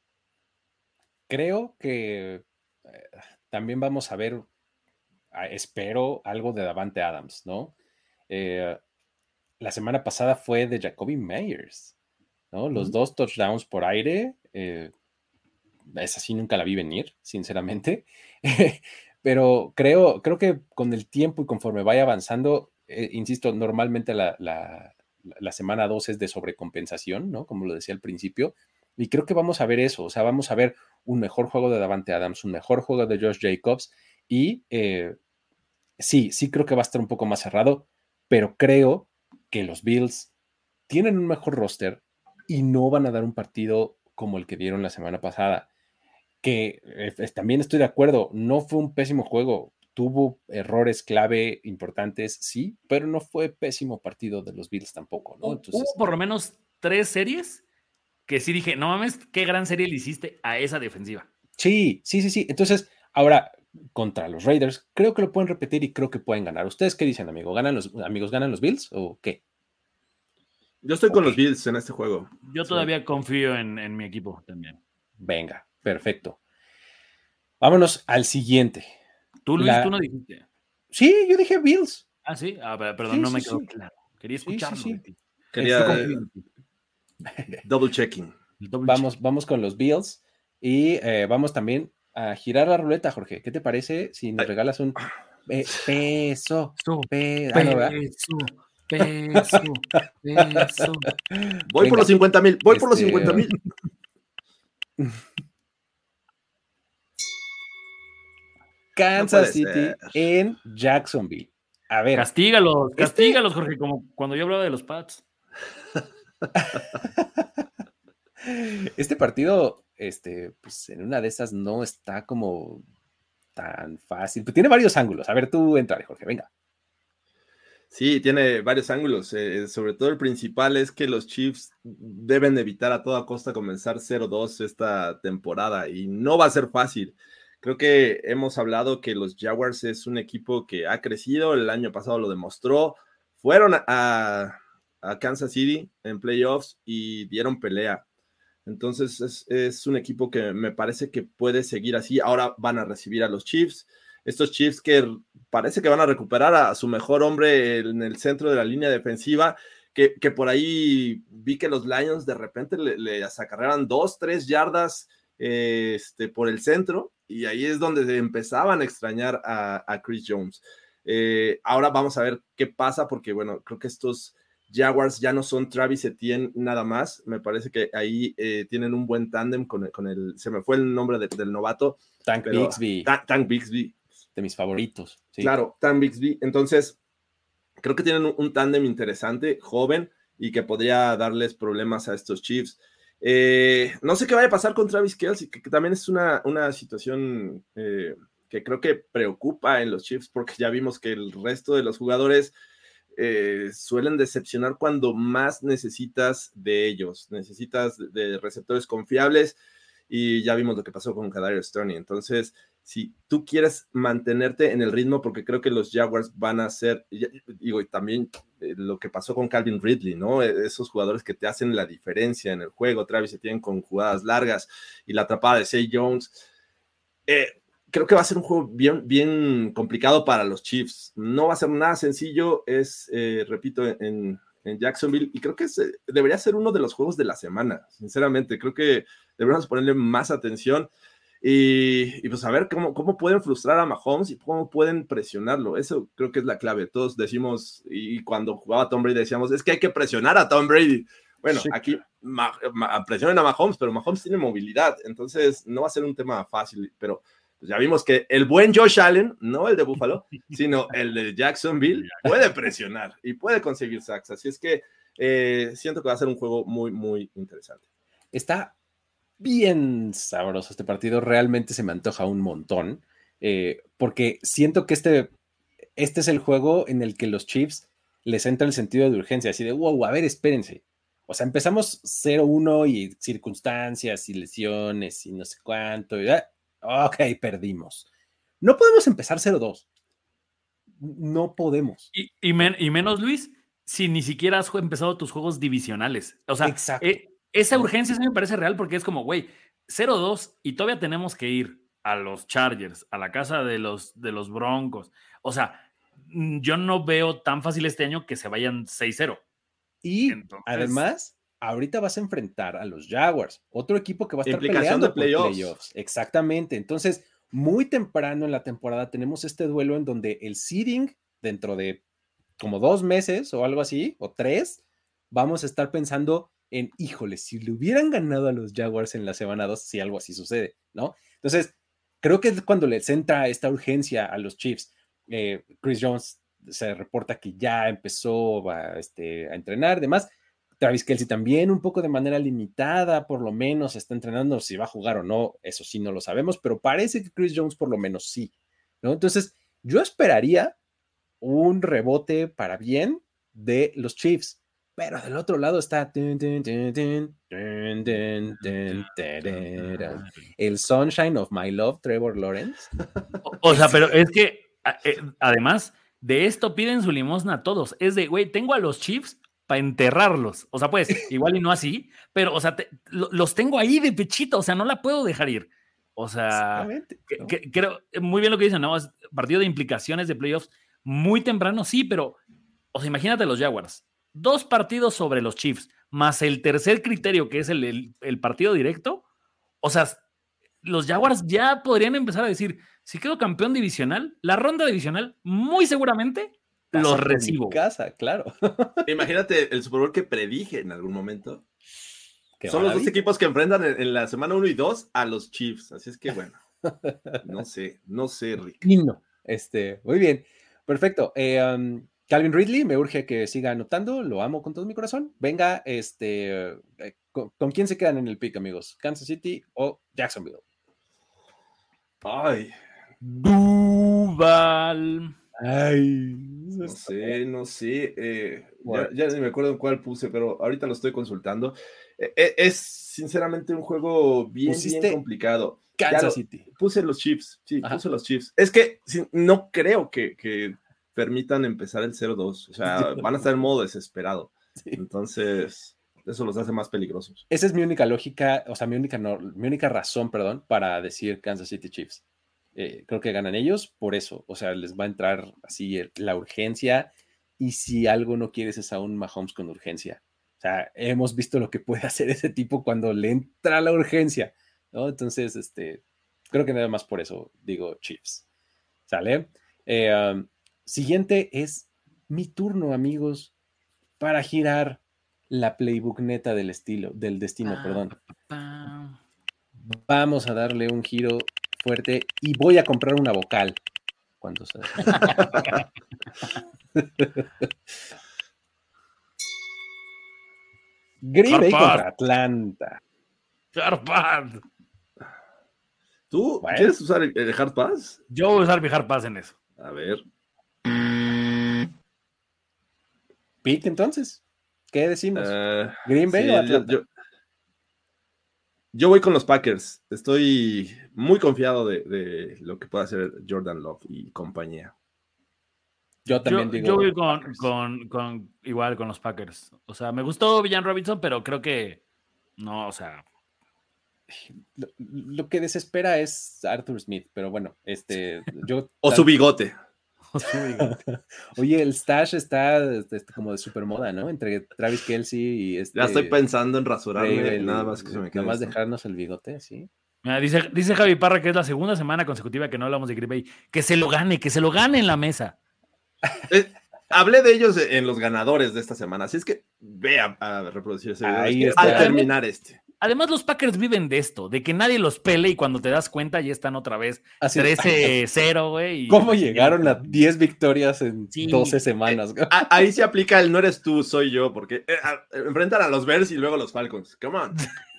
Creo que también vamos a ver, espero, algo de Davante Adams, ¿no? La semana pasada fue de Jacoby Meyers, ¿no? Los 2 touchdowns por aire, esa sí nunca la vi venir, sinceramente, pero creo que con el tiempo y conforme vaya avanzando, insisto, normalmente la semana 2 es de sobrecompensación, ¿no? Como lo decía al principio, y creo que vamos a ver eso, o sea, vamos a ver un mejor juego de Davante Adams, un mejor juego de Josh Jacobs, y sí creo que va a estar un poco más cerrado, pero creo que los Bills tienen un mejor roster y no van a dar un partido como el que dieron la semana pasada, que también estoy de acuerdo, no fue un pésimo juego, tuvo errores clave importantes, sí, pero no fue pésimo partido de los Bills tampoco, ¿no? Entonces, hubo por lo menos 3 series que sí dije, no mames, qué gran serie le hiciste a esa defensiva. Sí. Entonces, ahora, contra los Raiders, creo que lo pueden repetir y creo que pueden ganar. ¿Ustedes qué dicen, amigo? ¿Ganan los Bills o qué? Yo estoy con los Bills en este juego. Yo todavía confío en mi equipo también. Venga, perfecto. Vámonos al siguiente. Tú, Luis, tú no dijiste. Sí, yo dije Bills. Ah, sí. Perdón, no me quedó claro. Quería escucharlo de ti. Quería double checking. Vamos con los Bills y vamos también a girar la ruleta, Jorge. ¿Qué te parece si nos regalas un peso? Voy por los 50,000. Voy por los 50,000. Kansas City en Jacksonville. A ver. Castígalos, Jorge, como cuando yo hablaba de los Pats. Este partido, pues en una de esas no está como tan fácil. Pero tiene varios ángulos. A ver, tú entra, Jorge, venga. Sí, tiene varios ángulos. Sobre todo el principal es que los Chiefs deben evitar a toda costa comenzar 0-2 esta temporada y no va a ser fácil. Creo que hemos hablado que los Jaguars es un equipo que ha crecido, el año pasado lo demostró, fueron a Kansas City en playoffs y dieron pelea. Entonces es un equipo que me parece que puede seguir así. Ahora van a recibir a los Chiefs. Estos Chiefs que parece que van a recuperar a su mejor hombre en el centro de la línea defensiva, que por ahí vi que los Lions de repente le acarreaban 2-3 yardas por el centro, y ahí es donde empezaban a extrañar a Chris Jones. Ahora vamos a ver qué pasa, porque bueno, creo que estos Jaguars ya no son Travis Etienne nada más. Me parece que ahí tienen un buen tándem con el, se me fue el nombre del novato. Tank Bigsby. Tank Bigsby. De mis favoritos. Sí. Claro, Tank Bigsby. Entonces, creo que tienen un tándem interesante, joven, y que podría darles problemas a estos Chiefs. No sé qué vaya a pasar con Travis Kelce, que también es una situación que creo que preocupa en los Chiefs, porque ya vimos que el resto de los jugadores suelen decepcionar cuando más necesitas de ellos, necesitas de receptores confiables, y ya vimos lo que pasó con Kadarius Toney. Entonces, si tú quieres mantenerte en el ritmo, porque creo que los Jaguars van a ser, digo, y también lo que pasó con Calvin Ridley, ¿no? Esos jugadores que te hacen la diferencia en el juego. Travis Etienne con jugadas largas y la atrapada de Zay Jones. Creo que va a ser un juego bien complicado para los Chiefs. No va a ser nada sencillo, repito, en Jacksonville, y creo que debería ser uno de los juegos de la semana, sinceramente. Creo que deberíamos ponerle más atención. Y pues a ver cómo pueden frustrar a Mahomes y cómo pueden presionarlo. Eso creo que es la clave. Todos decimos, y cuando jugaba Tom Brady decíamos, es que hay que presionar a Tom Brady. Bueno, sí, aquí presionen a Mahomes, pero Mahomes tiene movilidad, entonces no va a ser un tema fácil, pero pues ya vimos que el buen Josh Allen, no el de Buffalo, sino el de Jacksonville, puede presionar y puede conseguir sacks, así es que siento que va a ser un juego muy, muy interesante. Está bien sabroso este partido, realmente se me antoja un montón, porque siento que este es el juego en el que los Chiefs les entra el sentido de urgencia, así de, wow, a ver, espérense. O sea, empezamos 0-1 y circunstancias y lesiones y no sé cuánto. Y, ok, perdimos. No podemos empezar 0-2. No podemos. Y menos, Luis, si ni siquiera has empezado tus juegos divisionales. O sea, esa urgencia sí me parece real porque es como, güey, 0-2 y todavía tenemos que ir a los Chargers, a la casa de los Broncos. O sea, yo no veo tan fácil este año que se vayan 6-0. Y entonces, además, ahorita vas a enfrentar a los Jaguars, otro equipo que va a estar peleando por playoffs. Exactamente. Entonces, muy temprano en la temporada tenemos este duelo en donde el seeding, dentro de como 2 meses o algo así, o 3, vamos a estar pensando en, híjole, si le hubieran ganado a los Jaguars en la semana 2, si algo así sucede, ¿no? Entonces, creo que es cuando les entra esta urgencia a los Chiefs. Chris Jones se reporta que ya empezó a entrenar, demás. Travis Kelce también, un poco de manera limitada, por lo menos está entrenando. Si va a jugar o no, eso sí no lo sabemos, pero parece que Chris Jones por lo menos sí, ¿no? Entonces, yo esperaría un rebote para bien de los Chiefs, pero del otro lado está el Sunshine of My Love, Trevor Lawrence. O sea, pero es que además de esto piden su limosna a todos. Es de, güey, tengo a los Chiefs para enterrarlos. O sea, pues, igual y no así, pero, o sea, los tengo ahí de pechito, o sea, no la puedo dejar ir. O sea, ¿no? Creo muy bien lo que dicen, ¿no? Es partido de implicaciones de playoffs muy temprano, sí, pero, o sea, imagínate los Jaguars. 2 partidos sobre los Chiefs, más el tercer criterio, que es el partido directo. O sea, los Jaguars ya podrían empezar a decir, si quedo campeón divisional, la ronda divisional, muy seguramente los recibo. Casa, claro. Imagínate el Super Bowl que predije en algún momento. Son los 2 equipos que enfrentan en la semana 1 y 2 a los Chiefs. Así es que bueno, no sé, Rick. No, muy bien, perfecto. Calvin Ridley, me urge que siga anotando, lo amo con todo mi corazón. Venga, ¿con quién se quedan en el pick, amigos? ¿Kansas City o Jacksonville? Ay. Duval. Ay. No sé. Ya ni me acuerdo en cuál puse, pero ahorita lo estoy consultando. Es sinceramente un juego bien complicado. Kansas City. Puse los Chiefs, sí, puse los Chiefs. Es que no creo que permitan empezar el 0-2, o sea, van a estar en modo desesperado. Sí. Entonces, eso los hace más peligrosos. Esa es mi única lógica, o sea, mi única razón, para decir Kansas City Chiefs. Creo que ganan ellos por eso, o sea, les va a entrar así la urgencia, y si algo no quieres es a un Mahomes con urgencia. O sea, hemos visto lo que puede hacer ese tipo cuando le entra la urgencia, ¿no? Entonces, creo que nada más por eso digo Chiefs. ¿Sale? Siguiente es mi turno, amigos, para girar la playbook neta del destino, perdón. Vamos a darle un giro fuerte y voy a comprar una vocal cuando se... Green Bay contra Atlanta. Hard. ¿Tú quieres usar el Hard Pass? Yo voy a usar mi Hard Pass en eso. A ver. Pick, entonces. ¿Qué decimos? ¿Green Bay o Atlanta? Yo voy con los Packers. Estoy muy confiado de lo que puede hacer Jordan Love y compañía. Yo también digo. Yo voy con igual con los Packers. O sea, me gustó Villan Robinson, pero creo que no, o sea. Lo que desespera es Arthur Smith, pero bueno, o su bigote. Oye, el stash está como de super moda, ¿no? Entre Travis Kelce y Ya estoy pensando en rasurarme, nada más que se me quede. Nada más dejarnos el bigote, sí. Mira, dice Javi Parra que es la segunda semana consecutiva que no hablamos de Green Bay. Que se lo gane en la mesa. Hablé de ellos en los ganadores de esta semana, así es que ve a reproducir ese video. Ahí está. Al terminar Además, los Packers viven de esto, de que nadie los pele y cuando te das cuenta ya están otra vez 13-0, güey. ¿Cómo llegaron a 10 victorias en 12 semanas? Ahí se aplica el no eres tú, soy yo, porque enfrentan a los Bears y luego a los Falcons. Come on.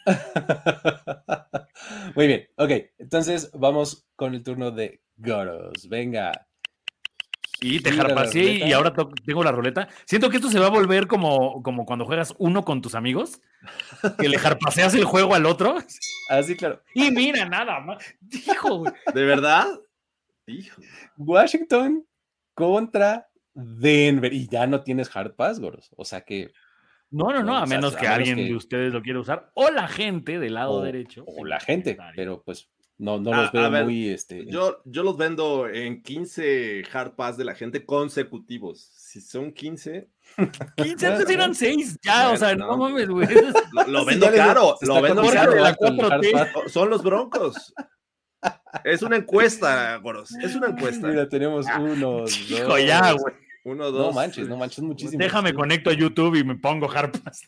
Muy bien, ok. Entonces vamos con el turno de Goros. Venga. Y te jarpaseé y ahora tengo la ruleta. Siento que esto se va a volver como cuando juegas uno con tus amigos, que le jarpaseas el juego al otro. Así, claro. Y mira, nada más. Hijo, güey. ¿De verdad? Hijo. Washington contra Denver. Y ya no tienes hard pass, Goros. O sea que... No, a menos que alguien de ustedes lo quiera usar. O la gente del lado derecho. O la gente, pero pues... No los veo muy... Yo los vendo en 15 hard pass de la gente consecutivos. Si son 15... 15 antes eran 6, ya, o sea, no mames, güey. Lo vendo caro, lo vendo caro. La 4T. Son los Broncos. Es una encuesta, Goros. Es una encuesta. Mira, tenemos 1, 2... Hijo, ya, güey. 1, 2... No manches, muchísimo. Déjame conecto a YouTube y me pongo hard pass.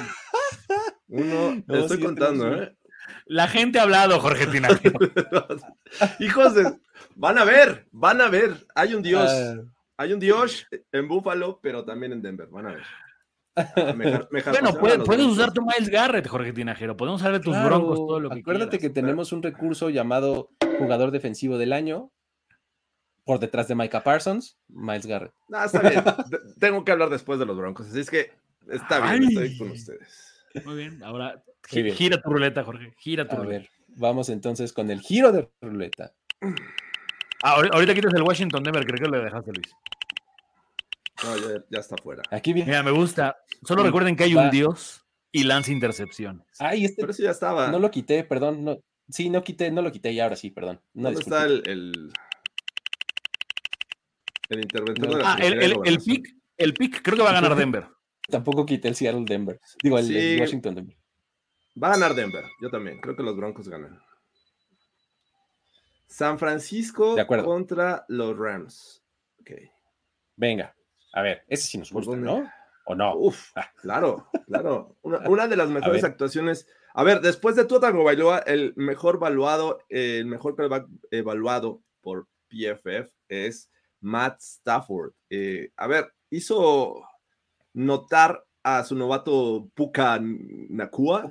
Te estoy contando, ¿eh? La gente ha hablado, Jorge Tinajero. Hijos de... Van a ver. Hay un Dios. Hay un Dios en Buffalo, pero también en Denver. Van a ver. Bueno, puedes usar tu Myles Garrett, Jorge Tinajero. Podemos usar de tus Broncos todo lo que Acuérdate quieras. Que tenemos un recurso llamado jugador defensivo del año. Por detrás de Micah Parsons, Myles Garrett. No, está bien. Tengo que hablar después de los Broncos. Así es que está bien, estoy con ustedes. Muy bien, ahora gira tu ruleta, Jorge. Gira tu ruleta. A ver, vamos entonces con el giro de ruleta. Ahorita quitas el Washington Denver, creo que lo dejaste, Luis. No, ya está fuera. Aquí viene. Mira, me gusta. Solo recuerden que hay un Dios y lanza intercepciones. Pero eso ya estaba. No lo quité, perdón. No lo quité y ahora sí, perdón. ¿Dónde está el interventor de la el pick creo que va a ganar Denver. Tampoco quité el Seattle Denver. Digo, el Washington Denver. Va a ganar Denver, yo también. Creo que los Broncos ganan. San Francisco contra los Rams. Ok. Venga, a ver, ese sí nos gusta, ¿no? ¿O no? Claro. Una de las mejores actuaciones. A ver, después de Tua Tagovailoa, el mejor quarterback evaluado por PFF es Matt Stafford. Hizo notar a su novato Puka Nacua.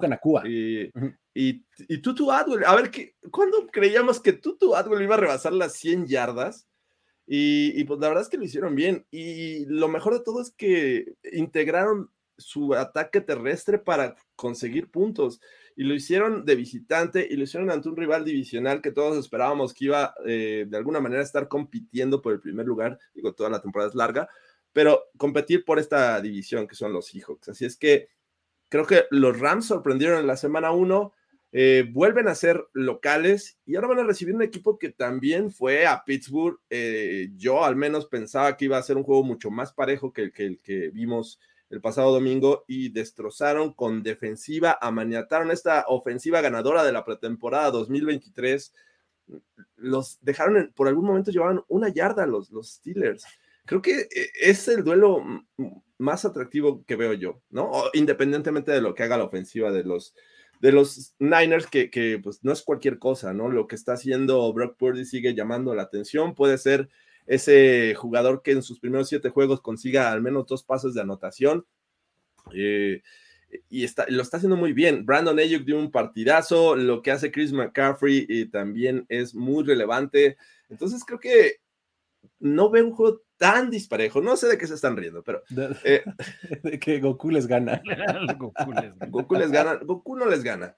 Y Tutu Atwell. A ver, ¿cuándo creíamos que Tutu Atwell iba a rebasar las 100 yardas? Y pues la verdad es que lo hicieron bien. Y lo mejor de todo es que integraron su ataque terrestre para conseguir puntos. Y lo hicieron de visitante y lo hicieron ante un rival divisional que todos esperábamos que iba de alguna manera a estar compitiendo por el primer lugar. Digo, toda la temporada es larga, pero competir por esta división que son los Seahawks. Así es que creo que los Rams sorprendieron en la semana 1, vuelven a ser locales y ahora van a recibir un equipo que también fue a Pittsburgh. Yo al menos pensaba que iba a ser un juego mucho más parejo que el que vimos el pasado domingo y destrozaron con defensiva, amaniataron esta ofensiva ganadora de la pretemporada 2023. Los dejaron, por algún momento llevaban 1 yarda los Steelers. Creo que es el duelo más atractivo que veo yo, ¿no? Independientemente de lo que haga la ofensiva de los Niners, que pues no es cualquier cosa, ¿no? Lo que está haciendo Brock Purdy sigue llamando la atención. Puede ser ese jugador que en sus primeros 7 juegos consiga al menos 2 pases de anotación. Y lo está haciendo muy bien. Brandon Ayuk dio un partidazo. Lo que hace Chris McCaffrey también es muy relevante. Entonces creo que no veo un juego tan disparejo. No sé de qué se están riendo, pero de que Goku les gana. Goku les gana. Goku no les gana.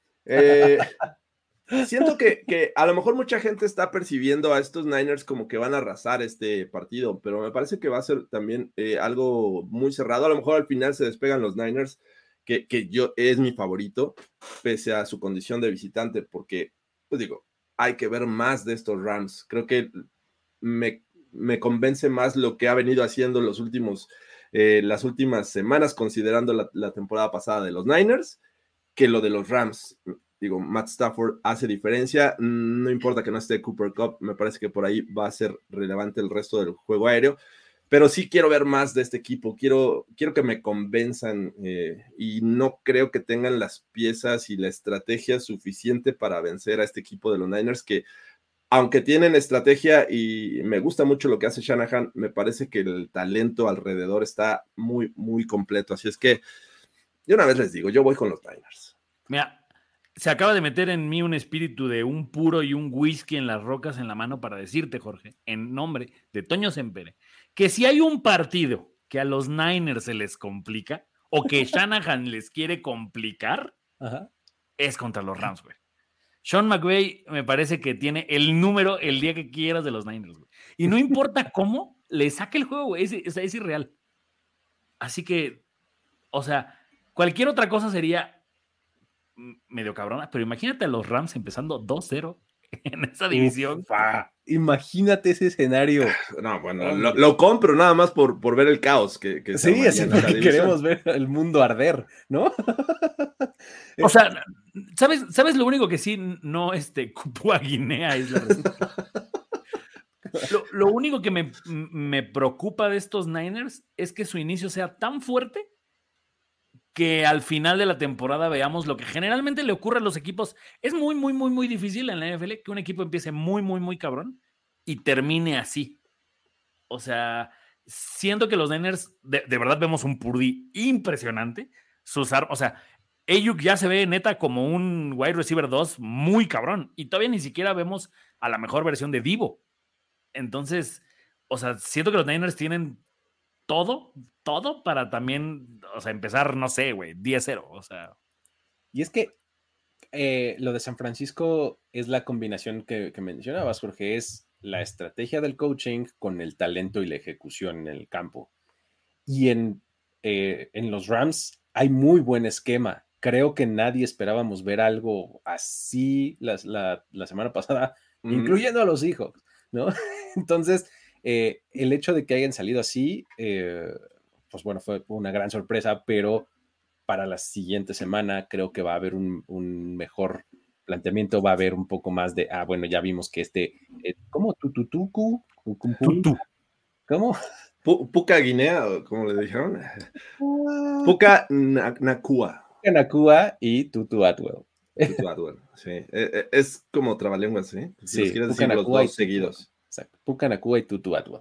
Siento que a lo mejor mucha gente está percibiendo a estos Niners como que van a arrasar este partido, pero me parece que va a ser también algo muy cerrado. A lo mejor al final se despegan los Niners, que es mi favorito, pese a su condición de visitante, porque, pues digo, hay que ver más de estos Rams. Creo que me convence más lo que ha venido haciendo las últimas semanas, considerando la temporada pasada de los Niners, que lo de los Rams. digo, Matt Stafford hace diferencia, no importa que no esté Cooper Kupp, me parece que por ahí va a ser relevante el resto del juego aéreo, pero sí quiero ver más de este equipo, quiero que me convenzan y no creo que tengan las piezas y la estrategia suficiente para vencer a este equipo de los Niners, que aunque tienen estrategia y me gusta mucho lo que hace Shanahan, me parece que el talento alrededor está muy, muy completo, así es que de una vez les digo, yo voy con los Niners. Mira, se acaba de meter en mí un espíritu de un puro y un whisky en las rocas en la mano para decirte, Jorge, en nombre de Toño Sempere, que si hay un partido que a los Niners se les complica o que Shanahan les quiere complicar, Ajá. es contra los Rams, güey. Sean McVay me parece que tiene el número el día que quieras de los Niners, güey. Y no importa cómo le saque el juego, güey, es irreal. Así que, o sea, cualquier otra cosa sería medio cabrona, pero imagínate a los Rams empezando 2-0 en esa división. Ufa, imagínate ese escenario. No, bueno, lo compro nada más por ver el caos que sí, así porque queremos ver el mundo arder, ¿no? O sea, ¿sabes lo único que sí no Papúa Guinea es la respuesta? Lo único que me preocupa de estos Niners es que su inicio sea tan fuerte que al final de la temporada veamos lo que generalmente le ocurre a los equipos. Es muy, muy, muy, muy difícil en la NFL que un equipo empiece muy, muy, muy cabrón y termine así. O sea, siento que los Niners, de verdad vemos un Purdy impresionante. O sea, Ayuk ya se ve neta como un wide receiver 2 muy cabrón. Y todavía ni siquiera vemos a la mejor versión de Divo. Entonces, o sea, siento que los Niners tienen todo para también, o sea, empezar, no sé, güey, 10-0, o sea. Y es que lo de San Francisco es la combinación que mencionabas, Jorge, es la estrategia del coaching con el talento y la ejecución en el campo. Y en los Rams hay muy buen esquema. Creo que nadie esperábamos ver algo así la semana pasada, incluyendo a los Seahawks, ¿no? Entonces, el hecho de que hayan salido así, pues bueno, fue una gran sorpresa, pero para la siguiente semana creo que va a haber un mejor planteamiento, va a haber un poco más de, bueno, ya vimos que ¿cómo? ¿Tututucu? ¿Cómo? Puka Guinea, como le dijeron. Puka Nakua. Nakua y Tutu Atwell. Tutu Atwell, sí. Es como trabalenguas, ¿sí? Si los quieres decir los dos seguidos. Exacto. Puka Nakua y Tutu Atwell.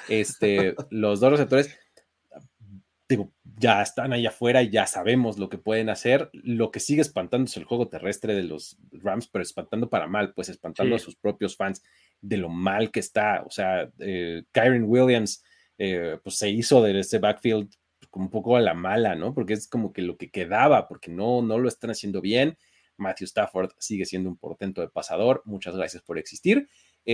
Los dos receptores, digo, ya están ahí afuera y ya sabemos lo que pueden hacer. Lo que sigue espantando es el juego terrestre de los Rams, pero espantando para mal, pues espantando a sus propios fans de lo mal que está. O sea, Kyren Williams pues se hizo de ese backfield como un poco a la mala, ¿no? Porque es como que lo que quedaba, porque no lo están haciendo bien. Matthew Stafford sigue siendo un portento de pasador. Muchas gracias por existir.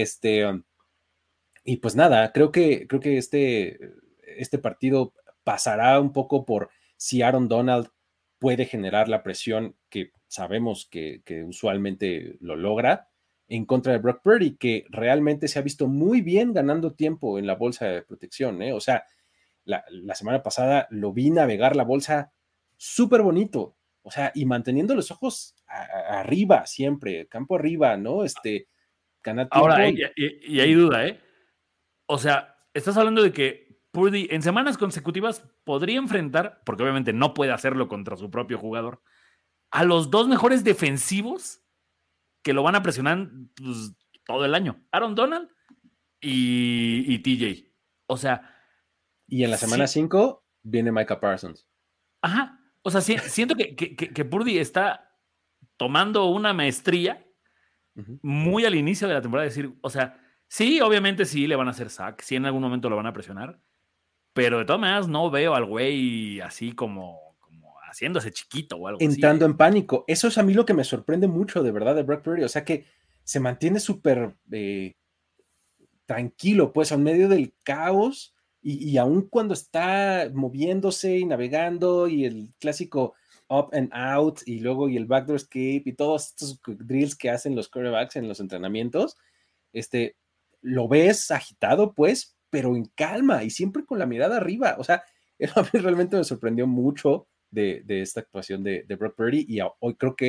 Y pues nada, creo que este partido pasará un poco por si Aaron Donald puede generar la presión que sabemos que usualmente lo logra en contra de Brock Purdy, que realmente se ha visto muy bien ganando tiempo en la bolsa de protección, ¿eh? O sea, la semana pasada lo vi navegar la bolsa súper bonito, o sea, y manteniendo los ojos arriba siempre, campo arriba, ¿no? Ganar tiempo. Ahora, y hay duda, ¿eh? O sea, estás hablando de que Purdy en semanas consecutivas podría enfrentar, porque obviamente no puede hacerlo contra su propio jugador, a los dos mejores defensivos que lo van a presionar pues, todo el año. Aaron Donald y TJ. O sea... Y en la semana 5 viene Micah Parsons. Ajá. O sea, siento que Purdy está tomando una maestría muy al inicio de la temporada. Es decir, o sea, sí, obviamente sí le van a hacer sack, sí en algún momento lo van a presionar, pero de todas maneras no veo al güey así como haciéndose chiquito o algo así. Entrando en pánico. Eso es a mí lo que me sorprende mucho, de verdad, de Brock Purdy. O sea, que se mantiene súper tranquilo, pues, en medio del caos, y aún cuando está moviéndose y navegando, y el clásico up and out, y luego y el backdoor escape, y todos estos drills que hacen los quarterbacks en los entrenamientos, lo ves agitado, pues, pero en calma, y siempre con la mirada arriba. O sea, a mí realmente me sorprendió mucho de esta actuación de Brock Purdy, y hoy creo que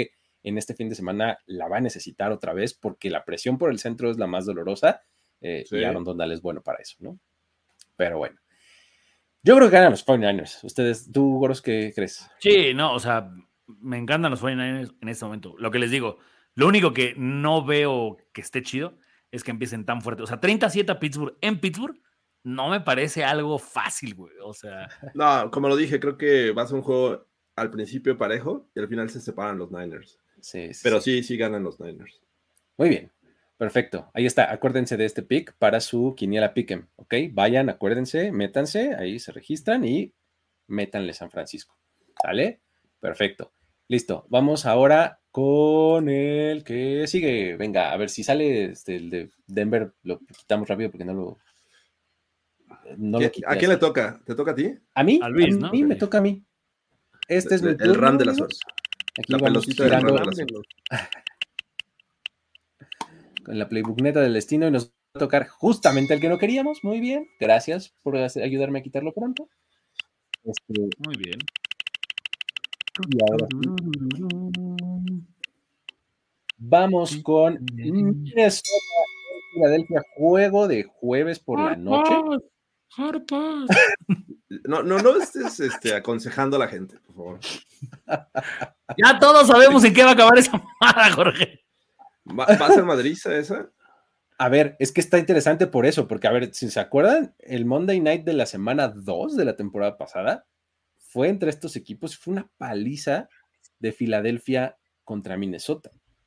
en este fin de semana la va a necesitar otra vez porque la presión por el centro es la más dolorosa Sí. y Aaron Donald es bueno para eso, ¿no? Pero bueno. Yo creo que ganan los 49ers. Ustedes, ¿tú, Goros, qué crees? Sí, no, o sea, me encantan los 49ers en este momento. Lo que les digo, lo único que no veo que esté chido es que empiecen tan fuerte. O sea, 37 a Pittsburgh en Pittsburgh no me parece algo fácil, güey. O sea, No, como lo dije, creo que va a ser un juego al principio parejo y al final se separan los Niners. Sí. Pero sí ganan los Niners. Muy bien. Perfecto. Ahí está. Acuérdense de este pick para su quiniela pick'em, ¿ok? Vayan, acuérdense, métanse, ahí se registran y métanle San Francisco. ¿Sale? Perfecto. Listo. Vamos ahora con el que sigue. Venga, a ver si sale el de Denver, lo quitamos rápido porque no lo quité. ¿A quién le toca? ¿Te toca a ti? ¿A mí? A Luis, a ¿no? mí me toca a mí. Este es mi El turno, Ram de la amigos. suerte. Aquí La vamos pelotita del girando Ram de la suerte. con la playbook neta del destino y nos va a tocar justamente el que no queríamos. Muy bien, gracias por ayudarme a quitarlo pronto. muy bien. Y ahora sí. Vamos con Minnesota, Filadelfia, juego de jueves por la noche. No estés aconsejando a la gente, por favor. Ya todos sabemos en qué va a acabar esa mamada, Jorge. ¿Va a ser madriza esa? A ver, es que está interesante por eso, porque a ver, si se acuerdan, el Monday Night de la semana 2 de la temporada pasada fue entre estos equipos, fue una paliza de Filadelfia contra Minnesota.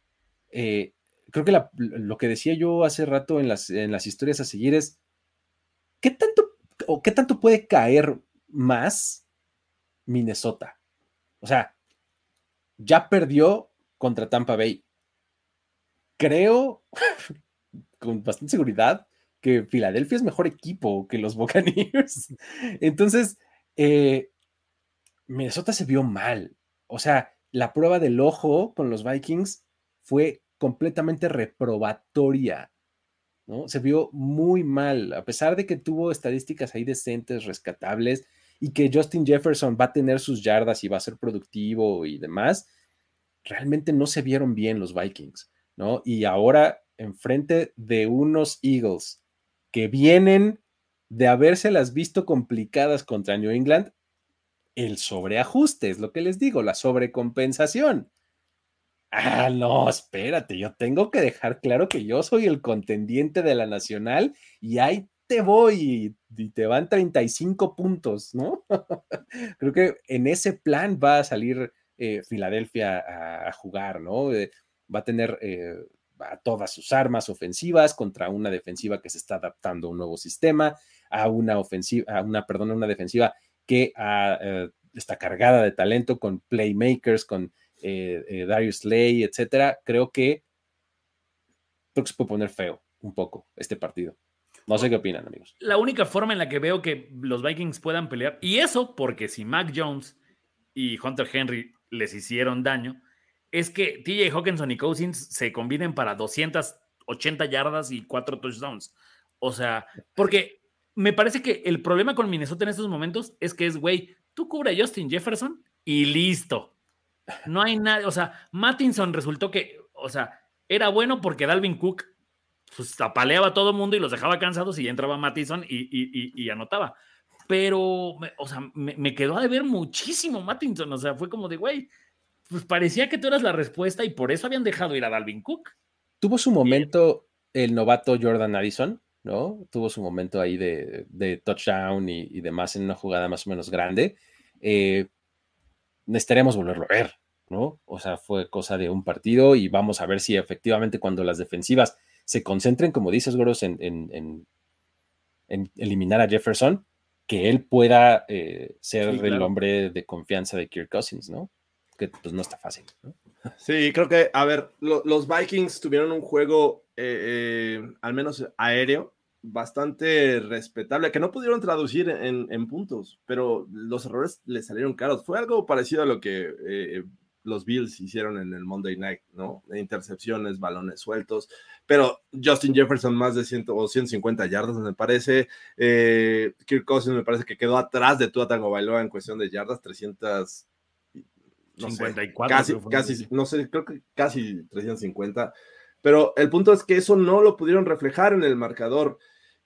Creo que lo que decía yo hace rato en las historias a seguir es, ¿qué tanto puede caer más Minnesota? O sea, ya perdió contra Tampa Bay. Creo con bastante seguridad que Filadelfia es mejor equipo que los Buccaneers. Entonces, Minnesota se vio mal. O sea, la prueba del ojo con los Vikings fue completamente reprobatoria, ¿no? Se vio muy mal, a pesar de que tuvo estadísticas ahí decentes, rescatables, y que Justin Jefferson va a tener sus yardas y va a ser productivo y demás, realmente no se vieron bien los Vikings, ¿no? Y ahora, enfrente de unos Eagles que vienen de habérselas visto complicadas contra New England, el sobreajuste, es lo que les digo, la sobrecompensación. Ah, no, espérate, yo tengo que dejar claro que yo soy el contendiente de la Nacional y ahí te voy y te van 35 puntos, ¿no? Creo que en ese plan va a salir Filadelfia a jugar, ¿no? Va a tener a todas sus armas ofensivas contra una defensiva que se está adaptando a un nuevo sistema, a una defensiva que está cargada de talento con playmakers, con Darius Slay, etcétera. Creo que se puede poner feo un poco este partido. No sé qué opinan, amigos. La única forma en la que veo que los Vikings puedan pelear, y eso porque si Mac Jones y Hunter Henry les hicieron daño, es que TJ Hawkinson y Cousins se combinen para 280 yardas y 4 touchdowns. O sea, porque me parece que el problema con Minnesota en estos momentos es que es, güey, tú cubre a Justin Jefferson y listo. No hay nada, o sea, Mattinson resultó que, o sea, era bueno porque Dalvin Cook pues apaleaba a todo el mundo y los dejaba cansados y ya entraba Mattison y anotaba. Pero, o sea, me quedó a deber muchísimo Mattinson. O sea, fue como de, güey, pues parecía que tú eras la respuesta y por eso habían dejado ir a Dalvin Cook. Tuvo su momento el novato Jordan Addison, ¿no? Tuvo su momento ahí de touchdown y demás en una jugada más o menos grande. Necesitaremos volverlo a ver, ¿no? O sea, fue cosa de un partido y vamos a ver si efectivamente cuando las defensivas se concentren, como dices, Goros, en eliminar a Jefferson, que él pueda ser el hombre de confianza de Kirk Cousins, ¿no? Que pues no está fácil, ¿no? Sí, creo que, a ver, los Vikings tuvieron un juego, al menos aéreo, bastante respetable, que no pudieron traducir en puntos, pero los errores les salieron caros. Fue algo parecido a lo que los Bills hicieron en el Monday Night, ¿no? Intercepciones, balones sueltos, pero Justin Jefferson más de 100 o 150 yardas, me parece. Kirk Cousins me parece que quedó atrás de Tua Tagovailoa en cuestión de yardas, 300 no 54. Sé, casi, no sé, creo que casi 350. Pero el punto es que eso no lo pudieron reflejar en el marcador.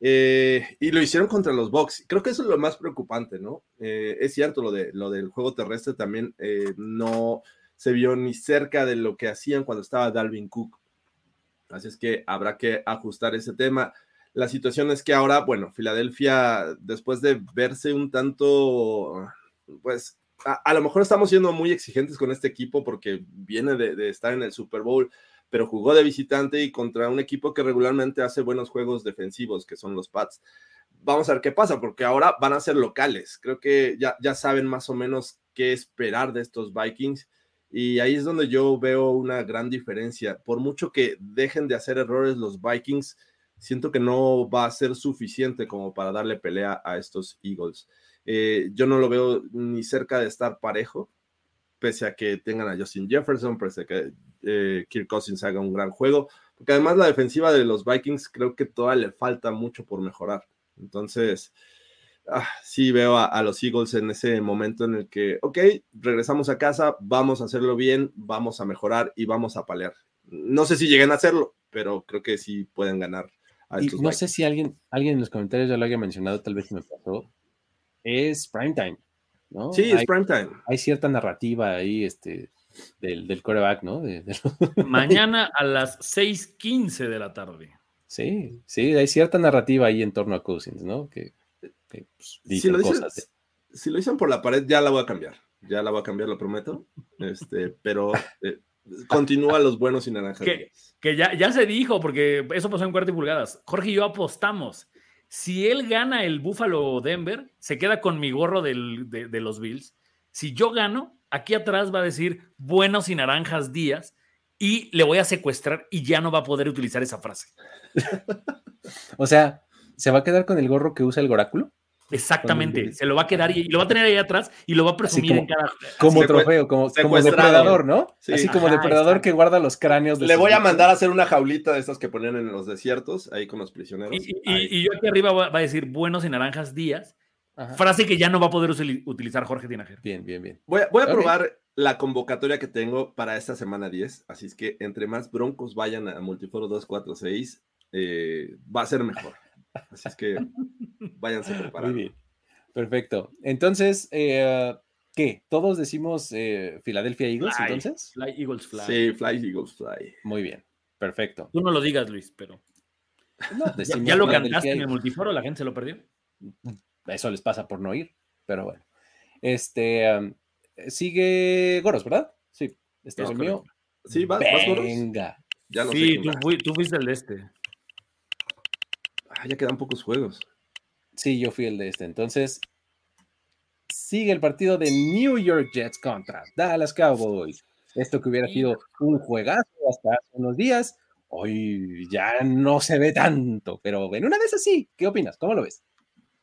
Y lo hicieron contra los Bucks. Creo que eso es lo más preocupante, ¿no? Es cierto, lo del juego terrestre también no se vio ni cerca de lo que hacían cuando estaba Dalvin Cook. Así es que habrá que ajustar ese tema. La situación es que ahora, bueno, Filadelfia, después de verse un tanto, pues, a lo mejor estamos siendo muy exigentes con este equipo porque viene de estar en el Super Bowl, pero jugó de visitante y contra un equipo que regularmente hace buenos juegos defensivos, que son los Pats. Vamos a ver qué pasa, porque ahora van a ser locales. Creo que ya saben más o menos qué esperar de estos Vikings, y ahí es donde yo veo una gran diferencia. Por mucho que dejen de hacer errores los Vikings, siento que no va a ser suficiente como para darle pelea a estos Eagles. Yo no lo veo ni cerca de estar parejo, pese a que tengan a Justin Jefferson, pese a que Kirk Cousins haga un gran juego, porque además la defensiva de los Vikings creo que todavía le falta mucho por mejorar. Entonces, sí veo a los Eagles en ese momento en el que, ok, regresamos a casa, vamos a hacerlo bien, vamos a mejorar y vamos a pelear. No sé si lleguen a hacerlo, pero creo que sí pueden ganar a estos Y no Vikings. sé si alguien en los comentarios ya lo haya mencionado, tal vez me pasó. Es primetime, ¿no? Sí, es primetime. Hay cierta narrativa ahí del quarterback, ¿no? Mañana a las 6:15 de la tarde. Sí, hay cierta narrativa ahí en torno a Cousins, ¿no? Que pues, dicen cosas. Si lo dicen por la pared, ya la voy a cambiar. Ya la voy a cambiar, lo prometo. Pero continúa los buenos y naranjas. Que ya se dijo, porque eso pasó en 4 pulgadas. Jorge y yo apostamos. Si él gana el Buffalo Denver, se queda con mi gorro de los Bills. Si yo gano, aquí atrás va a decir buenos y naranjas días y le voy a secuestrar y ya no va a poder utilizar esa frase. O sea, ¿se va a quedar con el gorro que usa el oráculo? Exactamente, se lo va a quedar y lo va a tener ahí atrás y lo va a presumir en cada... Como trofeo, como depredador, ¿no? Sí. Así como depredador que guarda los cráneos. Le voy a mandar a hacer una jaulita de estas que ponían en los desiertos, ahí con los prisioneros. Y yo aquí arriba va a decir buenos y naranjas días, frase que ya no va a poder utilizar Jorge Tinajero. Bien. Voy a probar la convocatoria que tengo para esta semana 10, así es que entre más Broncos vayan a Multiforo 246, va a ser mejor. Así es que váyanse preparando. Muy bien. Perfecto. Entonces, ¿qué? ¿Todos decimos Philadelphia Eagles, entonces? Fly, Eagles, fly. Sí, fly, Eagles, fly. Muy bien. Perfecto. Tú no lo digas, Luis, pero... No, ¿Ya lo cantaste en el Multiforo? ¿La gente se lo perdió? Eso les pasa por no ir, pero bueno. Sigue Goros, ¿verdad? Sí. Este es el mío. Sí, vas, Goros. Venga. Ya lo sí, tú fuiste el de este. Ya quedan pocos juegos. Sí, yo fui el de este. Entonces, sigue el partido de New York Jets contra Dallas Cowboys. Esto que hubiera sido un juegazo hasta hace unos días, hoy ya no se ve tanto, pero en una vez así, ¿qué opinas? ¿Cómo lo ves?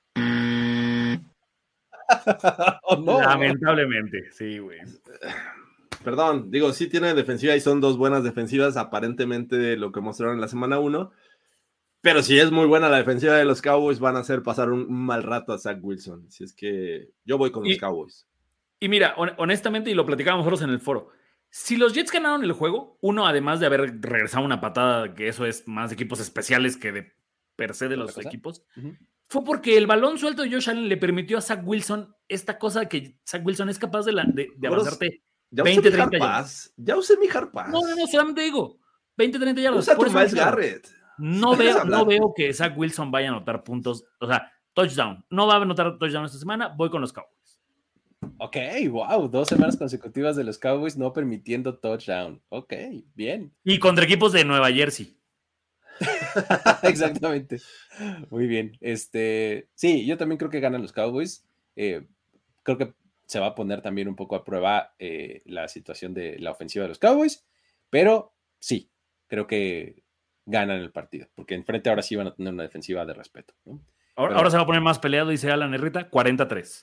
Oh, no. Lamentablemente, sí, güey. Perdón, digo, sí tiene defensiva y son dos buenas defensivas, aparentemente de lo que mostraron en la semana 1. Pero si es muy buena la defensiva de los Cowboys, van a hacer pasar un mal rato a Zach Wilson. Si es que yo voy con los Cowboys. Y mira, honestamente, y lo platicábamos nosotros en el foro, si los Jets ganaron el juego, uno, además de haber regresado una patada, que eso es más de equipos especiales que de per se de los equipos, fue porque el balón suelto de Josh Allen le permitió a Zach Wilson esta cosa que Zach Wilson es capaz de avanzarte 20, 30 yardas. Ya usé mi hard pass. No, solamente digo 20, 30 yardas. Usa tu Myles Garrett. No veo que Zach Wilson vaya a anotar puntos, o sea, touchdown. No va a anotar touchdown esta semana, voy con los Cowboys. Ok, wow, 2 semanas consecutivas de los Cowboys no permitiendo touchdown. Ok, bien. Y contra equipos de Nueva Jersey. Exactamente. Muy bien. Sí, yo también creo que ganan los Cowboys. Creo que se va a poner también un poco a prueba la situación de la ofensiva de los Cowboys, pero sí, creo que ganan el partido, porque enfrente ahora sí van a tener una defensiva de respeto, ¿no? Ahora se va a poner más peleado, dice Alan Herrita, 43.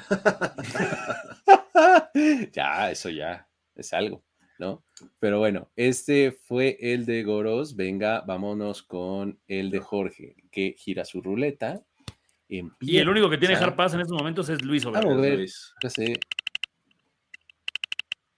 Ya, eso ya es algo, ¿no? Pero bueno, este fue el de Goros. Venga, vámonos con el de Jorge, que gira su ruleta. Y el único que tiene hard pass en estos momentos es Luis Obregón. A ver, ya sé.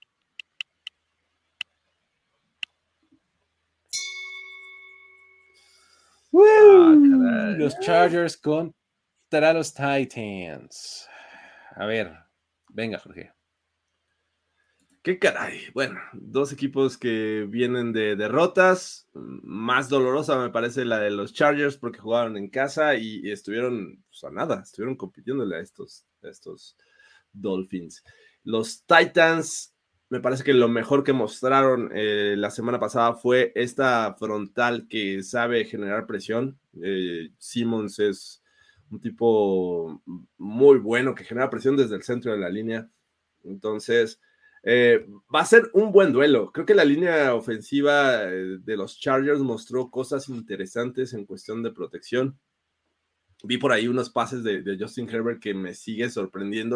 Los Chargers contra los Titans. A ver, venga, Jorge. Qué caray. Bueno, dos equipos que vienen de derrotas. Más dolorosa me parece la de los Chargers porque jugaron en casa y estuvieron pues, a nada, estuvieron compitiéndole a estos Dolphins. Los Titans, me parece que lo mejor que mostraron la semana pasada fue esta frontal que sabe generar presión. Simmons es un tipo muy bueno que genera presión desde el centro de la línea. Entonces, va a ser un buen duelo. Creo que la línea ofensiva de los Chargers mostró cosas interesantes en cuestión de protección. Vi por ahí unos pases de Justin Herbert que me sigue sorprendiendo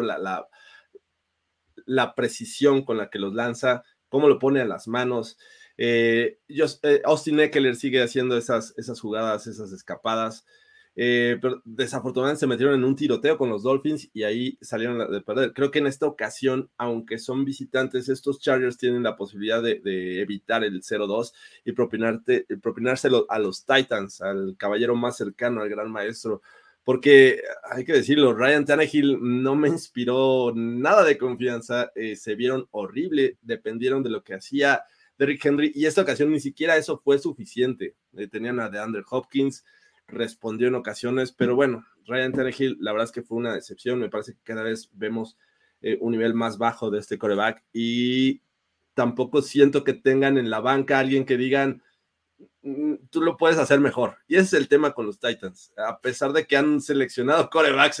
la precisión con la que los lanza, cómo lo pone a las manos. Austin Ekeler sigue haciendo esas jugadas, esas escapadas. Pero desafortunadamente se metieron en un tiroteo con los Dolphins y ahí salieron de perder. Creo que en esta ocasión, aunque son visitantes, estos Chargers tienen la posibilidad de evitar el 0-2 y propinárselo a los Titans, al caballero más cercano, al gran maestro, porque hay que decirlo, Ryan Tannehill no me inspiró nada de confianza, se vieron horrible, dependieron de lo que hacía Derrick Henry y esta ocasión ni siquiera eso fue suficiente. Tenían a DeAndre Hopkins, respondió en ocasiones, pero bueno, Ryan Tannehill, la verdad es que fue una decepción. Me parece que cada vez vemos un nivel más bajo de este quarterback y tampoco siento que tengan en la banca a alguien que digan tú lo puedes hacer mejor. Y ese es el tema con los Titans. A pesar de que han seleccionado quarterbacks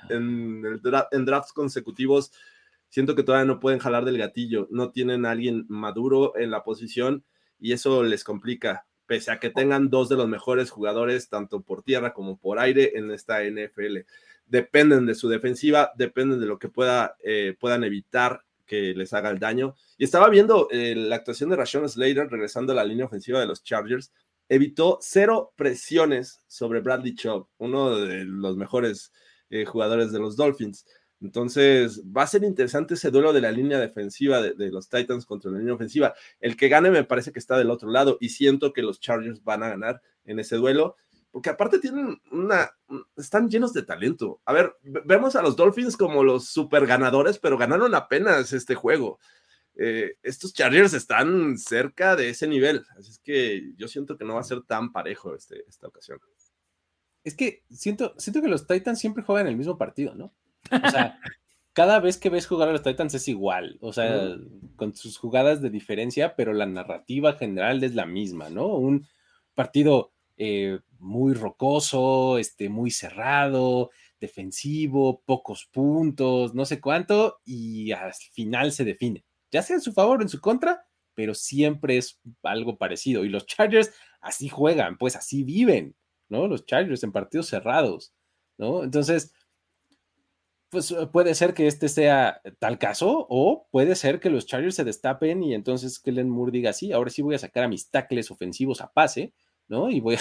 en drafts consecutivos, siento que todavía no pueden jalar del gatillo. No tienen a alguien maduro en la posición y eso les complica. Pese a que tengan dos de los mejores jugadores, tanto por tierra como por aire, en esta NFL. Dependen de su defensiva, dependen de lo que puedan evitar que les haga el daño. Y estaba viendo la actuación de Rashawn Slater regresando a la línea ofensiva de los Chargers. Evitó 0 presiones sobre Bradley Chubb, uno de los mejores jugadores de los Dolphins. Entonces, va a ser interesante ese duelo de la línea defensiva de los Titans contra la línea ofensiva. El que gane me parece que está del otro lado y siento que los Chargers van a ganar en ese duelo, porque aparte están llenos de talento. A ver, vemos a los Dolphins como los super ganadores, pero ganaron apenas este juego. Estos Chargers están cerca de ese nivel, así es que yo siento que no va a ser tan parejo esta ocasión. Es que siento que los Titans siempre juegan el mismo partido, ¿no? O sea, cada vez que ves jugar a los Titans es igual, o sea, con sus jugadas de diferencia, pero la narrativa general es la misma, ¿no? Un partido muy rocoso, muy cerrado, defensivo, pocos puntos, no sé cuánto, y al final se define, ya sea en su favor o en su contra, pero siempre es algo parecido. Y los Chargers así juegan, pues así viven, ¿no? Los Chargers en partidos cerrados, ¿no? Entonces, pues puede ser que este sea tal caso, o puede ser que los Chargers se destapen y entonces Kellen Moore diga, sí, ahora sí voy a sacar a mis tackles ofensivos a pase, ¿no? Y voy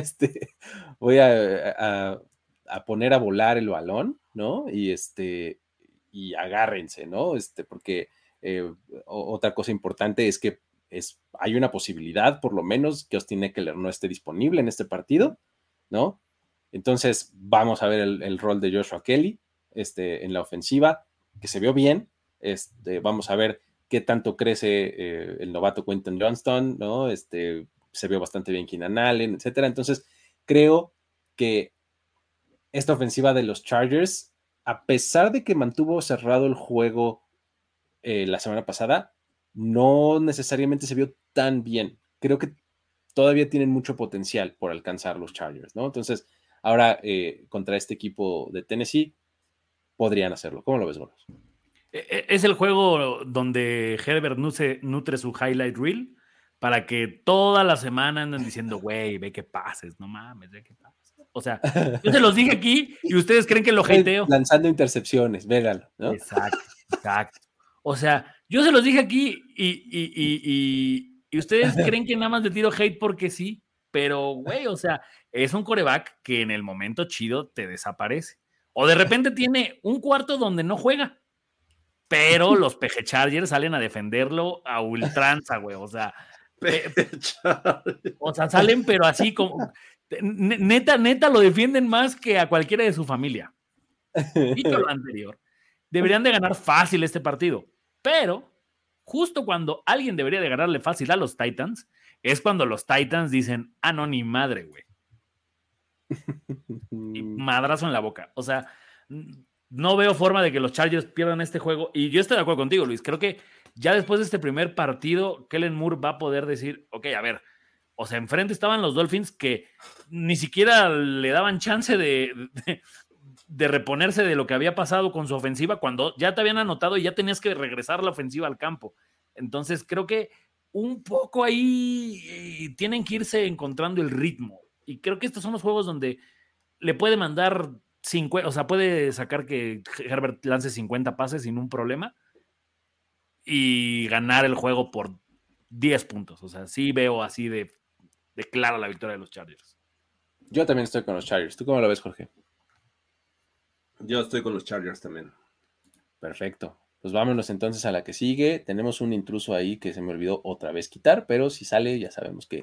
a poner a volar el balón, ¿no? Y agárrense, ¿no? Porque otra cosa importante es que hay una posibilidad, por lo menos, que Austin Ekeler no esté disponible en este partido, ¿no? Entonces, vamos a ver el rol de Joshua Kelly en la ofensiva, que se vio bien. Vamos a ver qué tanto crece el novato Quentin Johnston, ¿no? Se vio bastante bien Keenan Allen, etcétera. Entonces, creo que esta ofensiva de los Chargers, a pesar de que mantuvo cerrado el juego la semana pasada, no necesariamente se vio tan bien. Creo que todavía tienen mucho potencial por alcanzar los Chargers, ¿no? Entonces, ahora contra este equipo de Tennessee, podrían hacerlo. ¿Cómo lo ves, Goros? Es el juego donde Herbert nutre su highlight reel para que toda la semana anden diciendo, güey, ve que pases, no mames, ve que pases. O sea, yo se los dije aquí y ustedes creen que lo hateo. Lanzando intercepciones, véanlo, ¿no? Exacto. O sea, yo se los dije aquí y ustedes creen que nada más le tiro hate porque sí, pero, güey, o sea, es un quarterback que en el momento chido te desaparece. O de repente tiene un cuarto donde no juega, pero los PG Chargers salen a defenderlo a ultranza, güey. O sea, salen, pero así como Neta lo defienden más que a cualquiera de su familia. Dicho lo anterior, deberían de ganar fácil este partido, pero justo cuando alguien debería de ganarle fácil a los Titans, es cuando los Titans dicen, no, ni madre, güey. Y madrazo en la boca. O sea, no veo forma de que los Chargers pierdan este juego. Y yo estoy de acuerdo contigo, Luis. Creo que ya después de este primer partido, Kellen Moore va a poder decir, ok, a ver, o sea, enfrente estaban los Dolphins que ni siquiera le daban chance de reponerse de lo que había pasado con su ofensiva cuando ya te habían anotado y ya tenías que regresar la ofensiva al campo. Entonces creo que un poco ahí tienen que irse encontrando el ritmo. Y creo que estos son los juegos donde le puede mandar 50, o sea, puede sacar que Herbert lance 50 pases sin un problema y ganar el juego por 10 puntos. O sea, sí veo así de clara la victoria de los Chargers. Yo también estoy con los Chargers. ¿Tú cómo lo ves, Jorge? Yo estoy con los Chargers también. Perfecto. Pues vámonos entonces a la que sigue. Tenemos un intruso ahí que se me olvidó otra vez quitar, pero si sale ya sabemos que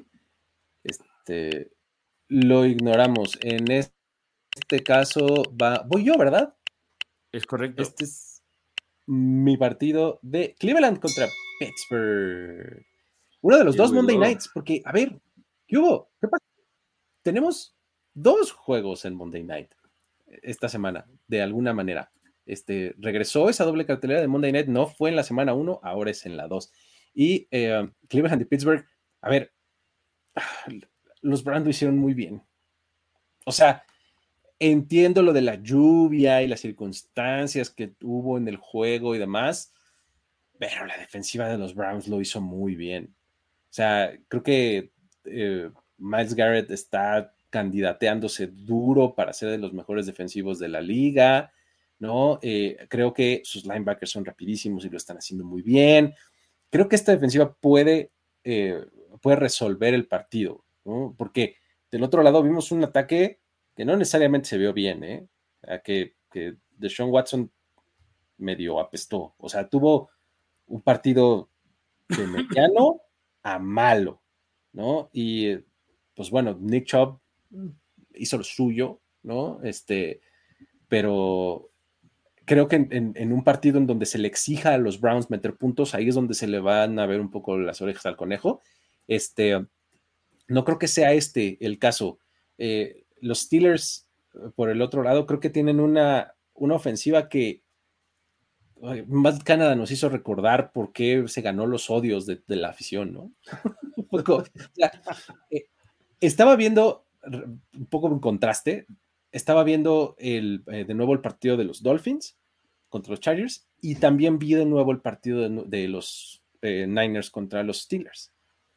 lo ignoramos. En este caso voy yo, ¿verdad? Es correcto. Este es mi partido de Cleveland contra Pittsburgh. Uno de los dos Monday Nights, porque, a ver, ¿qué hubo? ¿Qué pasa? Tenemos 2 juegos en Monday Night esta semana, de alguna manera. Regresó esa doble cartelera de Monday Night, no fue en la semana 1, ahora es en la 2. Y Cleveland y Pittsburgh, a ver, los Browns lo hicieron muy bien. O sea, entiendo lo de la lluvia y las circunstancias que hubo en el juego y demás, pero la defensiva de los Browns lo hizo muy bien. O sea, creo que Myles Garrett está candidateándose duro para ser de los mejores defensivos de la liga, ¿no? Creo que sus linebackers son rapidísimos y lo están haciendo muy bien. Creo que esta defensiva puede resolver el partido, ¿no? Porque del otro lado vimos un ataque que no necesariamente se vio bien, que Deshaun Watson medio apestó. O sea, tuvo un partido de mediano a malo, ¿no? Y pues bueno, Nick Chubb hizo lo suyo, ¿no? Pero creo que en un partido en donde se le exija a los Browns meter puntos, ahí es donde se le van a ver un poco las orejas al conejo. No creo que sea el caso. Los Steelers, por el otro lado, creo que tienen una ofensiva que Matt Canada nos hizo recordar por qué se ganó los odios de la afición, ¿no? O sea, estaba viendo un poco en contraste, estaba viendo de nuevo el partido de los Dolphins contra los Chargers y también vi de nuevo el partido de los Niners contra los Steelers.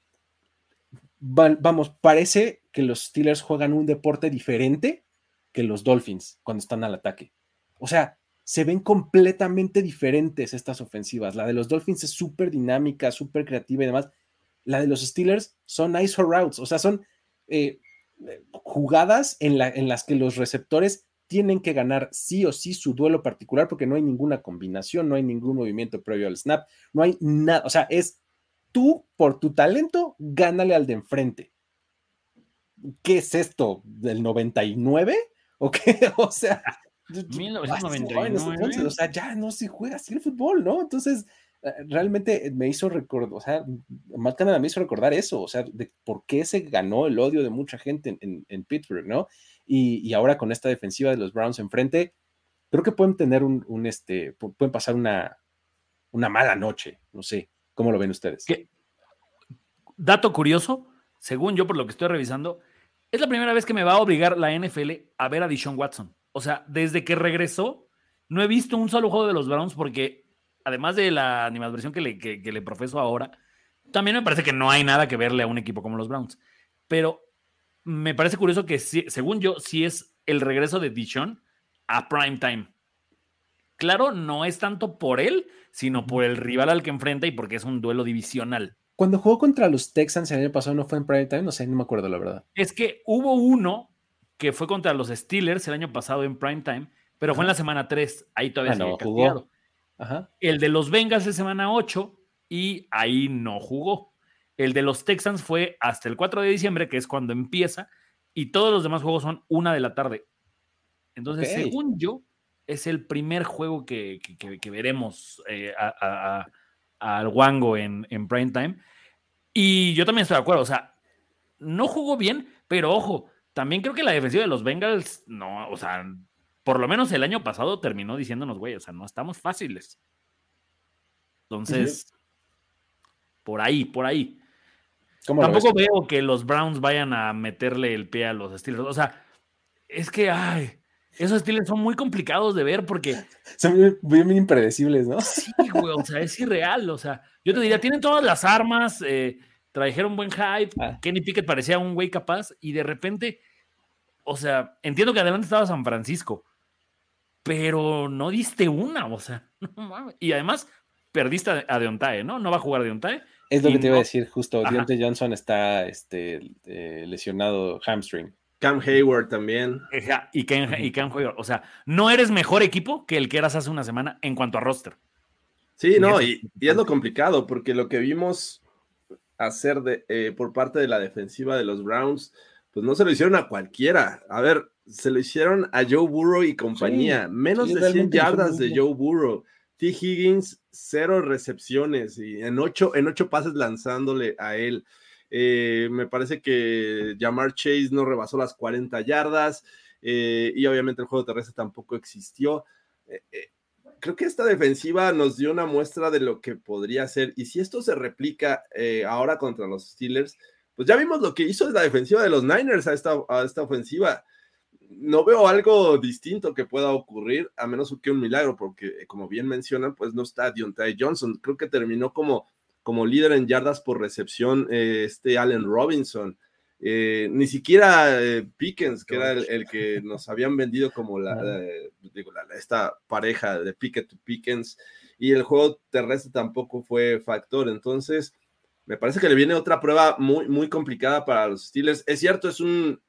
Vamos, parece que los Steelers juegan un deporte diferente que los Dolphins cuando están al ataque. O sea, se ven completamente diferentes estas ofensivas. La de los Dolphins es súper dinámica, súper creativa y demás. La de los Steelers son ISO routes, o sea, son jugadas en las que los receptores tienen que ganar sí o sí su duelo particular porque no hay ninguna combinación, no hay ningún movimiento previo al snap, no hay nada, o sea, es tú por tu talento, gánale al de enfrente. ¿Qué es esto? ¿Del 99? ¿O qué? O sea, 1999. Entonces, o sea, ya no se juega así el fútbol, ¿no? Entonces, realmente me hizo recordar, o sea, Matt Canada me hizo recordar eso, o sea, de por qué se ganó el odio de mucha gente en Pittsburgh, ¿no? Y ahora con esta defensiva de los Browns enfrente, creo que pueden tener pueden pasar una mala noche, no sé, ¿cómo lo ven ustedes? Dato curioso, según yo por lo que estoy revisando, es la primera vez que me va a obligar la NFL a ver a Deshaun Watson. O sea, desde que regresó, no he visto un solo juego de los Browns porque además de la animadversión que le profeso ahora, también me parece que no hay nada que verle a un equipo como los Browns. Pero me parece curioso que, según yo, sí es el regreso de Deshaun a prime time. Claro, no es tanto por él, sino por el rival al que enfrenta y porque es un duelo divisional. Cuando jugó contra los Texans el año pasado, ¿no fue en prime time? No sé, no me acuerdo la verdad. Es que hubo uno que fue contra los Steelers el año pasado en prime time, pero fue en la semana 3. Ahí todavía se había castigado. Ajá. El de los Bengals de semana 8 y ahí no jugó. El de los Texans fue hasta el 4 de diciembre, que es cuando empieza, y todos los demás juegos son 1 de la tarde. Entonces, Ok. según yo, es el primer juego que veremos al Wango en prime time. Y yo también estoy de acuerdo, o sea, no jugó bien, pero ojo, también creo que la defensiva de los Bengals, no, o sea, por lo menos el año pasado terminó diciéndonos, güey, o sea, no estamos fáciles. Entonces, por ahí. ¿Cómo lo Tampoco ves? veo que los Browns vayan a meterle el pie a los Steelers. O sea, es que, esos Steelers son muy complicados de ver porque Son bien impredecibles, ¿no? sí, güey, o sea, es irreal. O sea, yo te diría, tienen todas las armas, trajeron buen hype, Kenny Pickett parecía un güey capaz y de repente, o sea, entiendo que adelante estaba San Francisco, pero no diste una, o sea, no mames. Y además perdiste a Deontay, ¿no? No va a jugar Deontay. Es lo y que te iba a no- decir justo. Ajá. Deontay Johnson está lesionado hamstring. Cam Hayward también. Y Ken Hoyer, o sea, no eres mejor equipo que el que eras hace una semana en cuanto a roster. Sí, no, Eso. y es lo complicado, porque lo que vimos hacer por parte de la defensiva de los Browns, pues no se lo hicieron a cualquiera. A ver, se lo hicieron a Joe Burrow y compañía. Sí, Menos sí, de 100 realmente le fue yardas muy de bien. Joe Burrow. T. Higgins, 0 recepciones y en 8 pases lanzándole a él. Me parece que Ja'Marr Chase no rebasó las 40 yardas y obviamente el juego terrestre tampoco existió. Creo que esta defensiva nos dio una muestra de lo que podría ser, y si esto se replica ahora contra los Steelers, pues ya vimos lo que hizo la defensiva de los Niners a esta ofensiva. No veo algo distinto que pueda ocurrir, a menos que un milagro, porque como bien mencionan, pues no está Deontay Johnson. Creo que terminó como líder en yardas por recepción Allen Robinson. Ni siquiera Pickens, que era el que nos habían vendido como esta pareja de Pickett to Pickens, y el juego terrestre tampoco fue factor. Entonces, me parece que le viene otra prueba muy, muy complicada para los Steelers. Es cierto, es un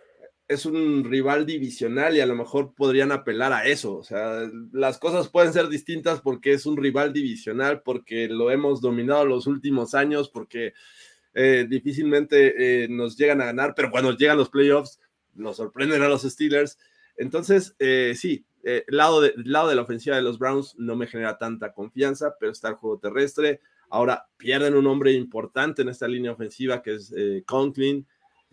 rival divisional y a lo mejor podrían apelar a eso. O sea, las cosas pueden ser distintas porque es un rival divisional, porque lo hemos dominado los últimos años, porque difícilmente nos llegan a ganar, pero cuando llegan los playoffs nos sorprenden a los Steelers. Entonces, sí, lado de la ofensiva de los Browns no me genera tanta confianza, pero está el juego terrestre. Ahora pierden un hombre importante en esta línea ofensiva que es Conklin.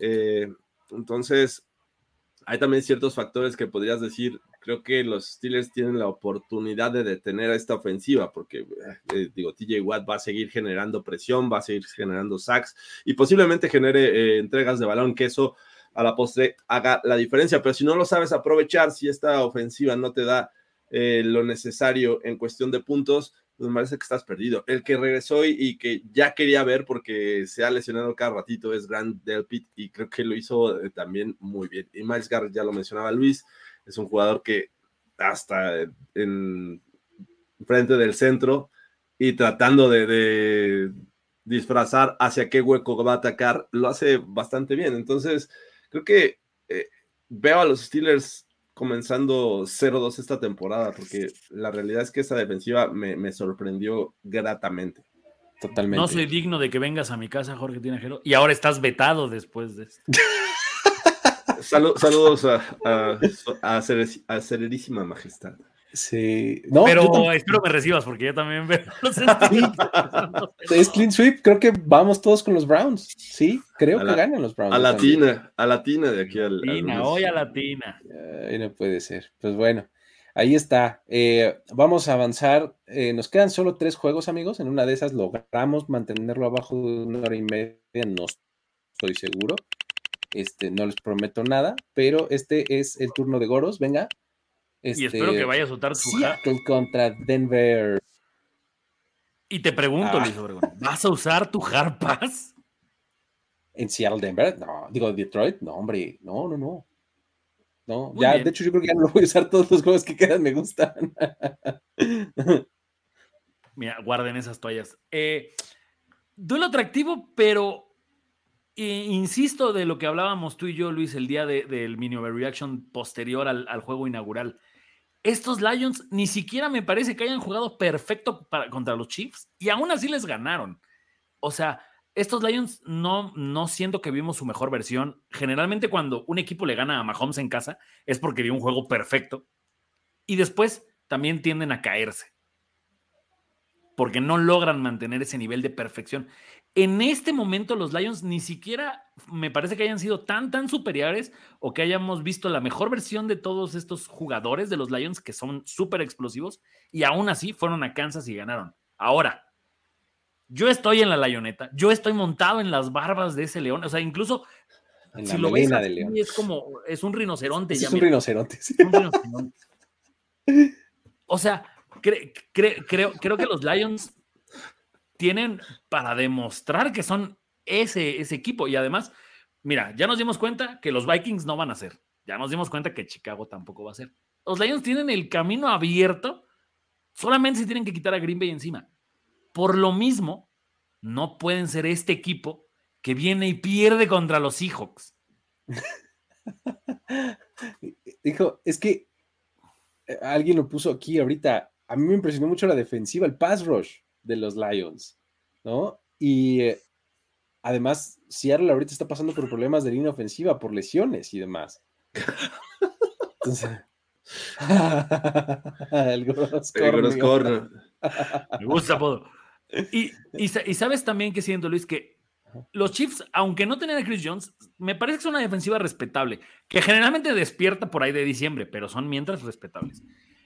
Entonces, hay también ciertos factores que podrías decir, creo que los Steelers tienen la oportunidad de detener a esta ofensiva, porque TJ Watt va a seguir generando presión, va a seguir generando sacks y posiblemente genere entregas de balón, que eso a la postre haga la diferencia, pero si no lo sabes aprovechar, si esta ofensiva no te da lo necesario en cuestión de puntos, pues me parece que estás perdido. El que regresó y que ya quería ver porque se ha lesionado cada ratito es Grant Delpit y creo que lo hizo también muy bien. Y Myles Garrett, ya lo mencionaba Luis, es un jugador que hasta en frente del centro y tratando de disfrazar hacia qué hueco va a atacar, lo hace bastante bien. Entonces, creo que veo a los Steelers comenzando 0-2 esta temporada, porque la realidad es que esa defensiva me sorprendió gratamente. Totalmente. No soy digno de que vengas a mi casa, Jorge Tinajero, y ahora estás vetado después de esto. Saludos a Sererísima Majestad. Sí, no, pero espero me recibas porque yo también veo los Steelers. Es clean sweep, creo que vamos todos con los Browns. Sí, creo que ganan los Browns. A latina de aquí al hoy a latina. No puede ser. Pues bueno, ahí está. Vamos a avanzar. Nos quedan solo 3 juegos, amigos. En una de esas logramos mantenerlo abajo de 1 hora y media. No estoy seguro. No les prometo nada, pero este es el turno de Goros. Venga. Y espero que vayas a soltar tu Seattle contra Denver. Y te pregunto, Luis Obregón, ¿vas a usar tu Hard Pass? ¿En Seattle, Denver? No, digo Detroit. No, hombre, no. No, muy ya, bien. de hecho, yo creo que ya no lo voy a usar. Todos los juegos que quedan me gustan. Mira, guarden esas toallas. Duelo atractivo, pero insisto de lo que hablábamos tú y yo, Luis, el día del mini overreaction posterior al juego inaugural. Estos Lions ni siquiera me parece que hayan jugado perfecto contra los Chiefs y aún así les ganaron. O sea, estos Lions no siento que vimos su mejor versión. Generalmente cuando un equipo le gana a Mahomes en casa es porque vio un juego perfecto y después también tienden a caerse porque no logran mantener ese nivel de perfección. En este momento los Lions ni siquiera me parece que hayan sido tan superiores o que hayamos visto la mejor versión de todos estos jugadores de los Lions que son súper explosivos y aún así fueron a Kansas y ganaron. Ahora, yo estoy en la Lioneta, yo estoy montado en las barbas de ese león, o sea, incluso En si la lo ves melena así, del león. es como, es un rinoceronte. Ese Ya, es un mira, rinoceronte. Sí. un rinoceronte. O sea, creo que los Lions tienen para demostrar que son ese equipo. Y además, mira, ya nos dimos cuenta que los Vikings no van a ser. Ya nos dimos cuenta que Chicago tampoco va a ser. Los Lions tienen el camino abierto, solamente se tienen que quitar a Green Bay encima. Por lo mismo, no pueden ser este equipo que viene y pierde contra los Seahawks. Dijo, es que alguien lo puso aquí ahorita. A mí me impresionó mucho la defensiva, el pass rush de los Lions, ¿no? Y además, Seattle ahorita está pasando por problemas de línea ofensiva, por lesiones y demás. Entonces, el Gross Corner. Me gusta apodo. Y sabes también que siento, Luis, que los Chiefs, aunque no tenían a Chris Jones, me parece que es una defensiva respetable, que generalmente despierta por ahí de diciembre, pero son mientras respetables.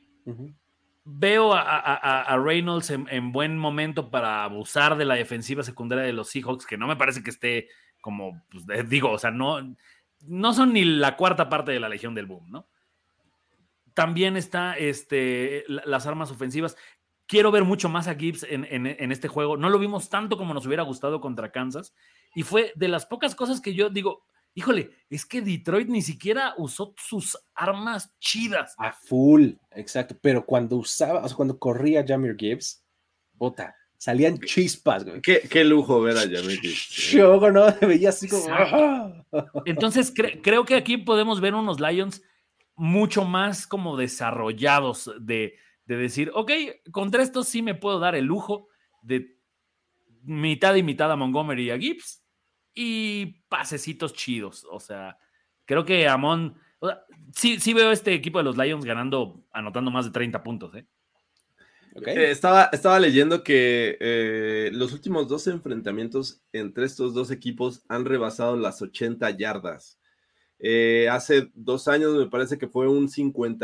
Veo a Reynolds en buen momento para abusar de la defensiva secundaria de los Seahawks, que no me parece que esté como, pues, digo, o sea, no son ni la cuarta parte de la Legión del Boom, ¿no? También está las armas ofensivas. Quiero ver mucho más a Gibbs en este juego. No lo vimos tanto como nos hubiera gustado contra Kansas. Y fue de las pocas cosas que yo digo, híjole, es que Detroit ni siquiera usó sus armas chidas. A full, exacto. Pero cuando cuando corría Jahmyr Gibbs, bota, salían chispas, güey. Qué lujo ver a Jahmyr Gibbs. Yo, ¿no? Veía así como... Entonces, creo que aquí podemos ver unos Lions mucho más como desarrollados de decir, ok, contra estos sí me puedo dar el lujo de mitad y mitad a Montgomery y a Gibbs y pasecitos chidos. O sea, creo que Amon, o sea, sí veo este equipo de los Lions anotando más de 30 puntos, ¿eh? Okay. Estaba leyendo que los últimos 2 enfrentamientos entre estos dos equipos han rebasado las 80 yardas. Hace 2 años me parece que fue un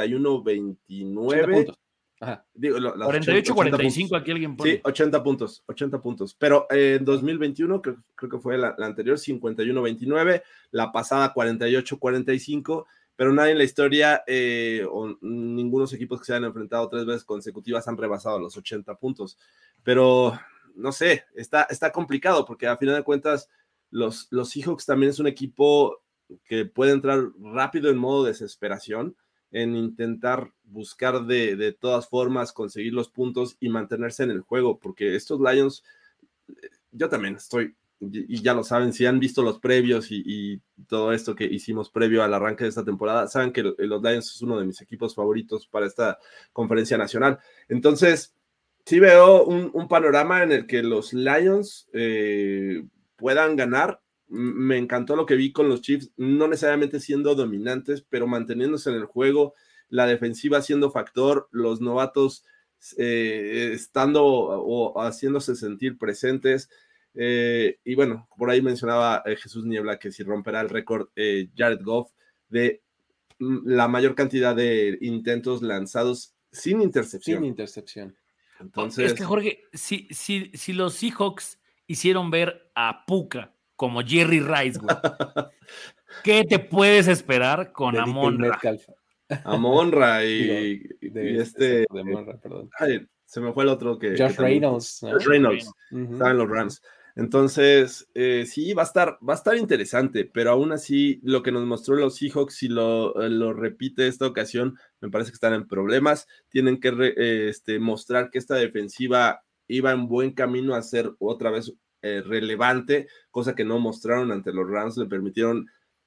51-29. Ajá. Digo, 48-45 aquí alguien pone. Sí, 80 puntos. Pero en 2021, creo que fue la anterior, 51-29, la pasada 48-45, pero nadie en la historia o ningunos equipos que se han enfrentado 3 veces consecutivas han rebasado los 80 puntos. Pero, no sé, está complicado porque a final de cuentas los Seahawks también es un equipo que puede entrar rápido en modo desesperación, en intentar buscar de todas formas conseguir los puntos y mantenerse en el juego, porque estos Lions, yo también estoy, y ya lo saben, si han visto los previos y todo esto que hicimos previo al arranque de esta temporada, saben que los Lions es uno de mis equipos favoritos para esta conferencia nacional. Entonces, sí veo un panorama en el que los Lions puedan ganar. Me encantó lo que vi con los Chiefs, no necesariamente siendo dominantes, pero manteniéndose en el juego, la defensiva siendo factor, los novatos estando o haciéndose sentir presentes. Y bueno, por ahí mencionaba Jesús Niebla que si romperá el récord Jared Goff de la mayor cantidad de intentos lanzados sin intercepción. Entonces, es que Jorge, si los Seahawks hicieron ver a Puka como Jerry Rice, güey, ¿qué te puedes esperar con Amon-Ra? Amon-Ra y Amon-Ra, perdón. Ay, se me fue el otro que Josh Reynolds, ¿no? Josh Reynolds, estaba en los Rams. Entonces, sí, va a estar interesante, pero aún así, lo que nos mostró los Seahawks, si lo repite esta ocasión, me parece que están en problemas. Tienen que mostrar que esta defensiva iba en buen camino a ser otra vez relevante, cosa que no mostraron ante los Rams. Le permitieron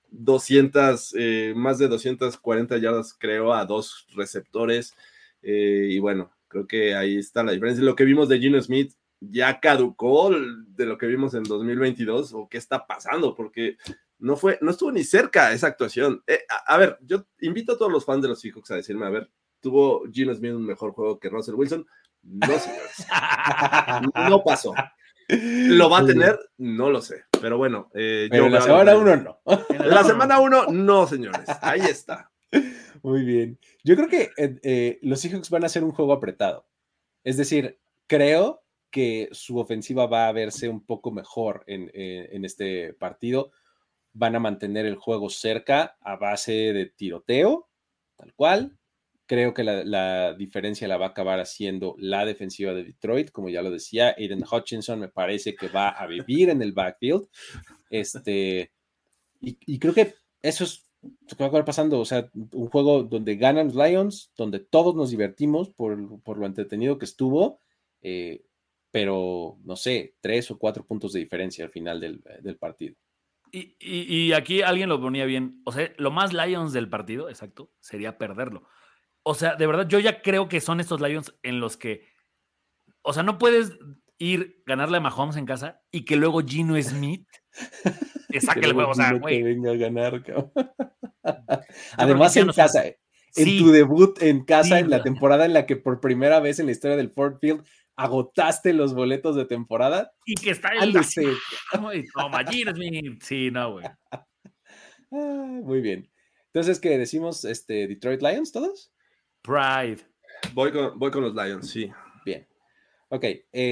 más de 240 yardas, creo, a 2 receptores. Y bueno, creo que ahí está la diferencia. Lo que vimos de Geno Smith, ya caducó de lo que vimos en 2022 o qué está pasando, porque no estuvo ni cerca esa actuación. A ver, yo invito a todos los fans de los Seahawks a decirme, a ver, ¿tuvo Geno Smith un mejor juego que Russell Wilson? No, señores. No pasó. ¿Lo va a tener? No lo sé. Pero bueno. Pero la semana 1 no. La semana 1 no, señores. Ahí está. Muy bien. Yo creo que los Seahawks van a hacer un juego apretado. Es decir, creo que su ofensiva va a verse un poco mejor en este partido. Van a mantener el juego cerca a base de tiroteo, tal cual. Creo que la diferencia la va a acabar haciendo la defensiva de Detroit, como ya lo decía. Aiden Hutchinson me parece que va a vivir en el backfield. Y creo que eso es lo que va a acabar pasando. O sea, un juego donde ganan los Lions, donde todos nos divertimos por lo entretenido que estuvo, pero no sé, 3 o 4 puntos de diferencia al final del partido. Y aquí alguien lo ponía bien. O sea, lo más Lions del partido, exacto, sería perderlo. O sea, de verdad, yo ya creo que son estos Lions en los que, o sea, no puedes ganarle a Mahomes en casa y que luego Geno Smith te saque el juego. O sea, güey. Venga a ganar, cabrón. Además, en casa, sí, en tu debut en casa, sí, en la temporada en la que por primera vez en la historia del Ford Field agotaste los boletos de temporada. Y que está el toma, Geno Smith. Sí, no, güey. Muy bien. Entonces, ¿qué decimos? ¿Detroit Lions todos? Pride. Voy con los Lions, sí. Bien. Ok,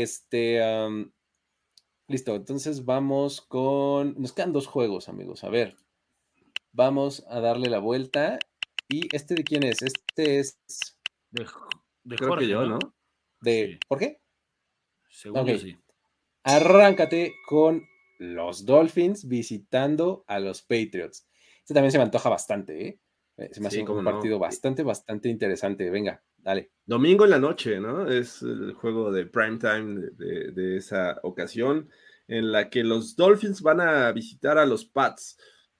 listo, entonces vamos con... Nos quedan 2 juegos, amigos. A ver, vamos a darle la vuelta. ¿Y de quién es? Este es... De Creo Jorge, que yo, ¿no? Sí. ¿Por qué? Según yo sí. Arráncate con los Dolphins visitando a los Patriots. Este también se me antoja bastante, ¿eh? Se me hace un partido bastante interesante. Venga, dale. Domingo en la noche, ¿no? Es el juego de primetime de esa ocasión en la que los Dolphins van a visitar a los Pats.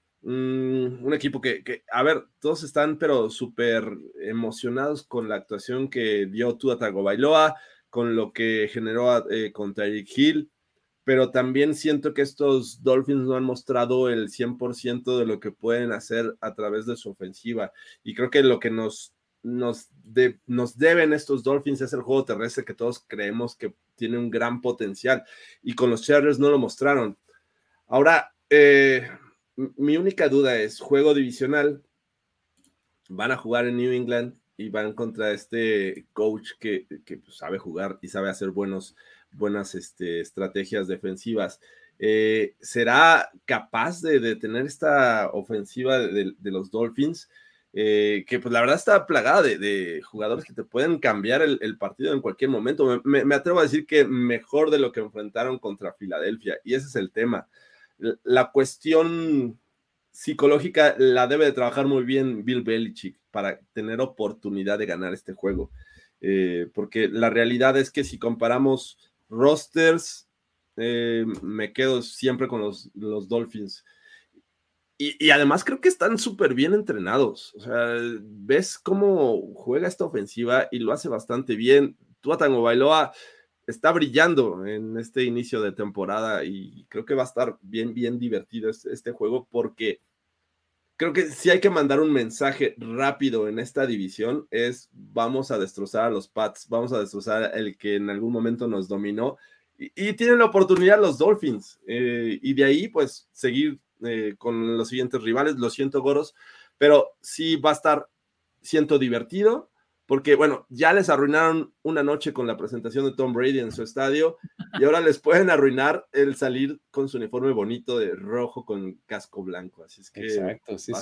Un equipo que, a ver, todos están pero súper emocionados con la actuación que dio Tua Tagovailoa, con lo que generó con Tyreek Hill, pero también siento que estos Dolphins no han mostrado el 100% de lo que pueden hacer a través de su ofensiva, y creo que lo que nos deben estos Dolphins es el juego terrestre que todos creemos que tiene un gran potencial, y con los Chargers no lo mostraron. Ahora, mi única duda es juego divisional. Van a jugar en New England y van contra este coach que pues, sabe jugar y sabe hacer buenas estrategias defensivas. ¿Será capaz de tener esta ofensiva de los Dolphins? Que pues la verdad está plagada de jugadores que te pueden cambiar el partido en cualquier momento. Me atrevo a decir que mejor de lo que enfrentaron contra Filadelfia, y ese es el tema. La cuestión psicológica la debe de trabajar muy bien Bill Belichick para tener oportunidad de ganar este juego, porque la realidad es que si comparamos rosters, me quedo siempre con los Dolphins, y además creo que están súper bien entrenados. O sea, ves cómo juega esta ofensiva y lo hace bastante bien. Tua Tagovailoa está brillando en este inicio de temporada y creo que va a estar bien divertido este juego, porque creo que si hay que mandar un mensaje rápido en esta división es: vamos a destrozar a los Pats, vamos a destrozar el que en algún momento nos dominó, y tienen la oportunidad los Dolphins, y de ahí pues seguir con los siguientes rivales. Lo siento, Goros, pero sí va a estar, siento, divertido, porque, bueno, ya les arruinaron una noche con la presentación de Tom Brady en su estadio, y ahora les pueden arruinar el salir con su uniforme bonito de rojo con casco blanco. Así es que exacto, sí,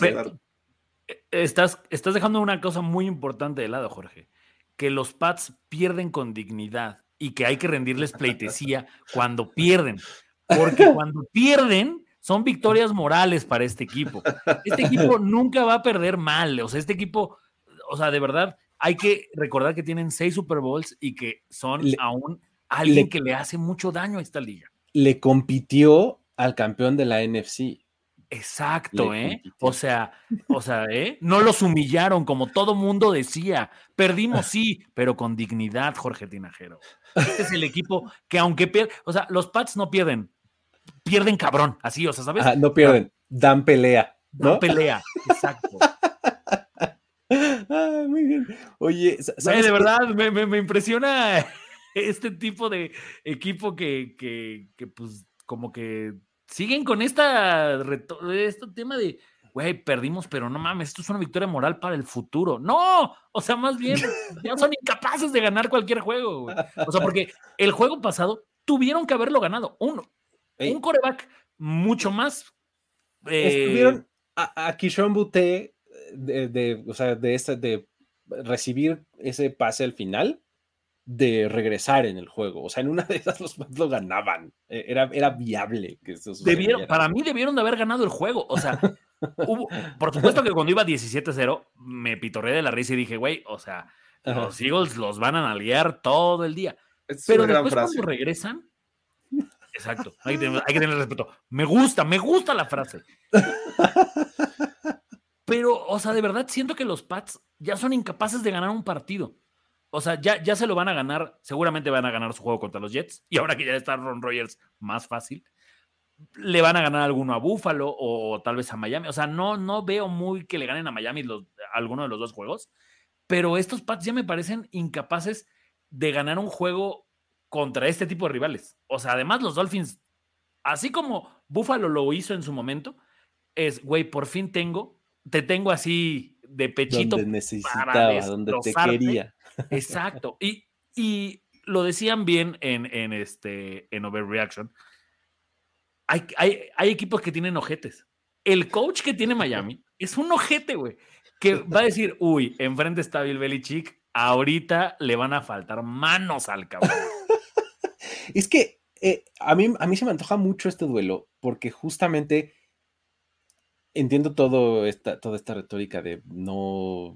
estás dejando una cosa muy importante de lado, Jorge, que los Pats pierden con dignidad y que hay que rendirles pleitesía cuando pierden, porque cuando pierden son victorias morales para este equipo. Este equipo nunca va a perder mal. O sea, este equipo, o sea, de verdad, hay que recordar que tienen 6 Super Bowls y que son aún alguien que le hace mucho daño a esta liga. Le compitió al campeón de la NFC. Exacto, O sea, no los humillaron como todo mundo decía. Perdimos, sí, pero con dignidad, Jorge Tinajero. Este es el equipo que aunque pierden, o sea, los Pats no pierden cabrón, así, o sea, ¿sabes? No pierden, dan pelea, ¿no? Dan pelea, exacto. Muy bien. Oye, ¿sabes de verdad, me impresiona este tipo de equipo que pues como que siguen con este tema de, güey, perdimos, pero no mames, esto es una victoria moral para el futuro. No, o sea, más bien ya son incapaces de ganar cualquier juego, güey. O sea, porque el juego pasado tuvieron que haberlo ganado. Un quarterback mucho más. Estuvieron a Kishon Butte de recibir ese pase al final, de regresar en el juego. O sea, en una de esas los Pats lo ganaban. Era viable que eso sucediera. Para mí debieron de haber ganado el juego. O sea, por supuesto que cuando iba 17-0 me pitorré de la risa y dije, güey, o sea, los Eagles los van a nalguear todo el día. Pero después cuando regresan, exacto, hay que tener respeto. Me gusta la frase. Pero, o sea, de verdad siento que los Pats ya son incapaces de ganar un partido. O sea, ya se lo van a ganar. Seguramente van a ganar su juego contra los Jets. Y ahora que ya está Aaron Rodgers, más fácil. Le van a ganar alguno a Buffalo o tal vez a Miami. O sea, no veo muy que le ganen a Miami alguno de los dos juegos. Pero estos Pats ya me parecen incapaces de ganar un juego contra este tipo de rivales. O sea, además los Dolphins, así como Buffalo lo hizo en su momento, es, güey, por fin te tengo así de pechito. Donde necesitaba, donde te quería. Exacto. Y lo decían bien en Overreaction. Hay equipos que tienen ojetes. El coach que tiene Miami es un ojete, güey, que va a decir, uy, enfrente está Bill Belichick, ahorita le van a faltar manos al cabrón. Es que a mí se me antoja mucho este duelo, porque justamente entiendo toda esta retórica de no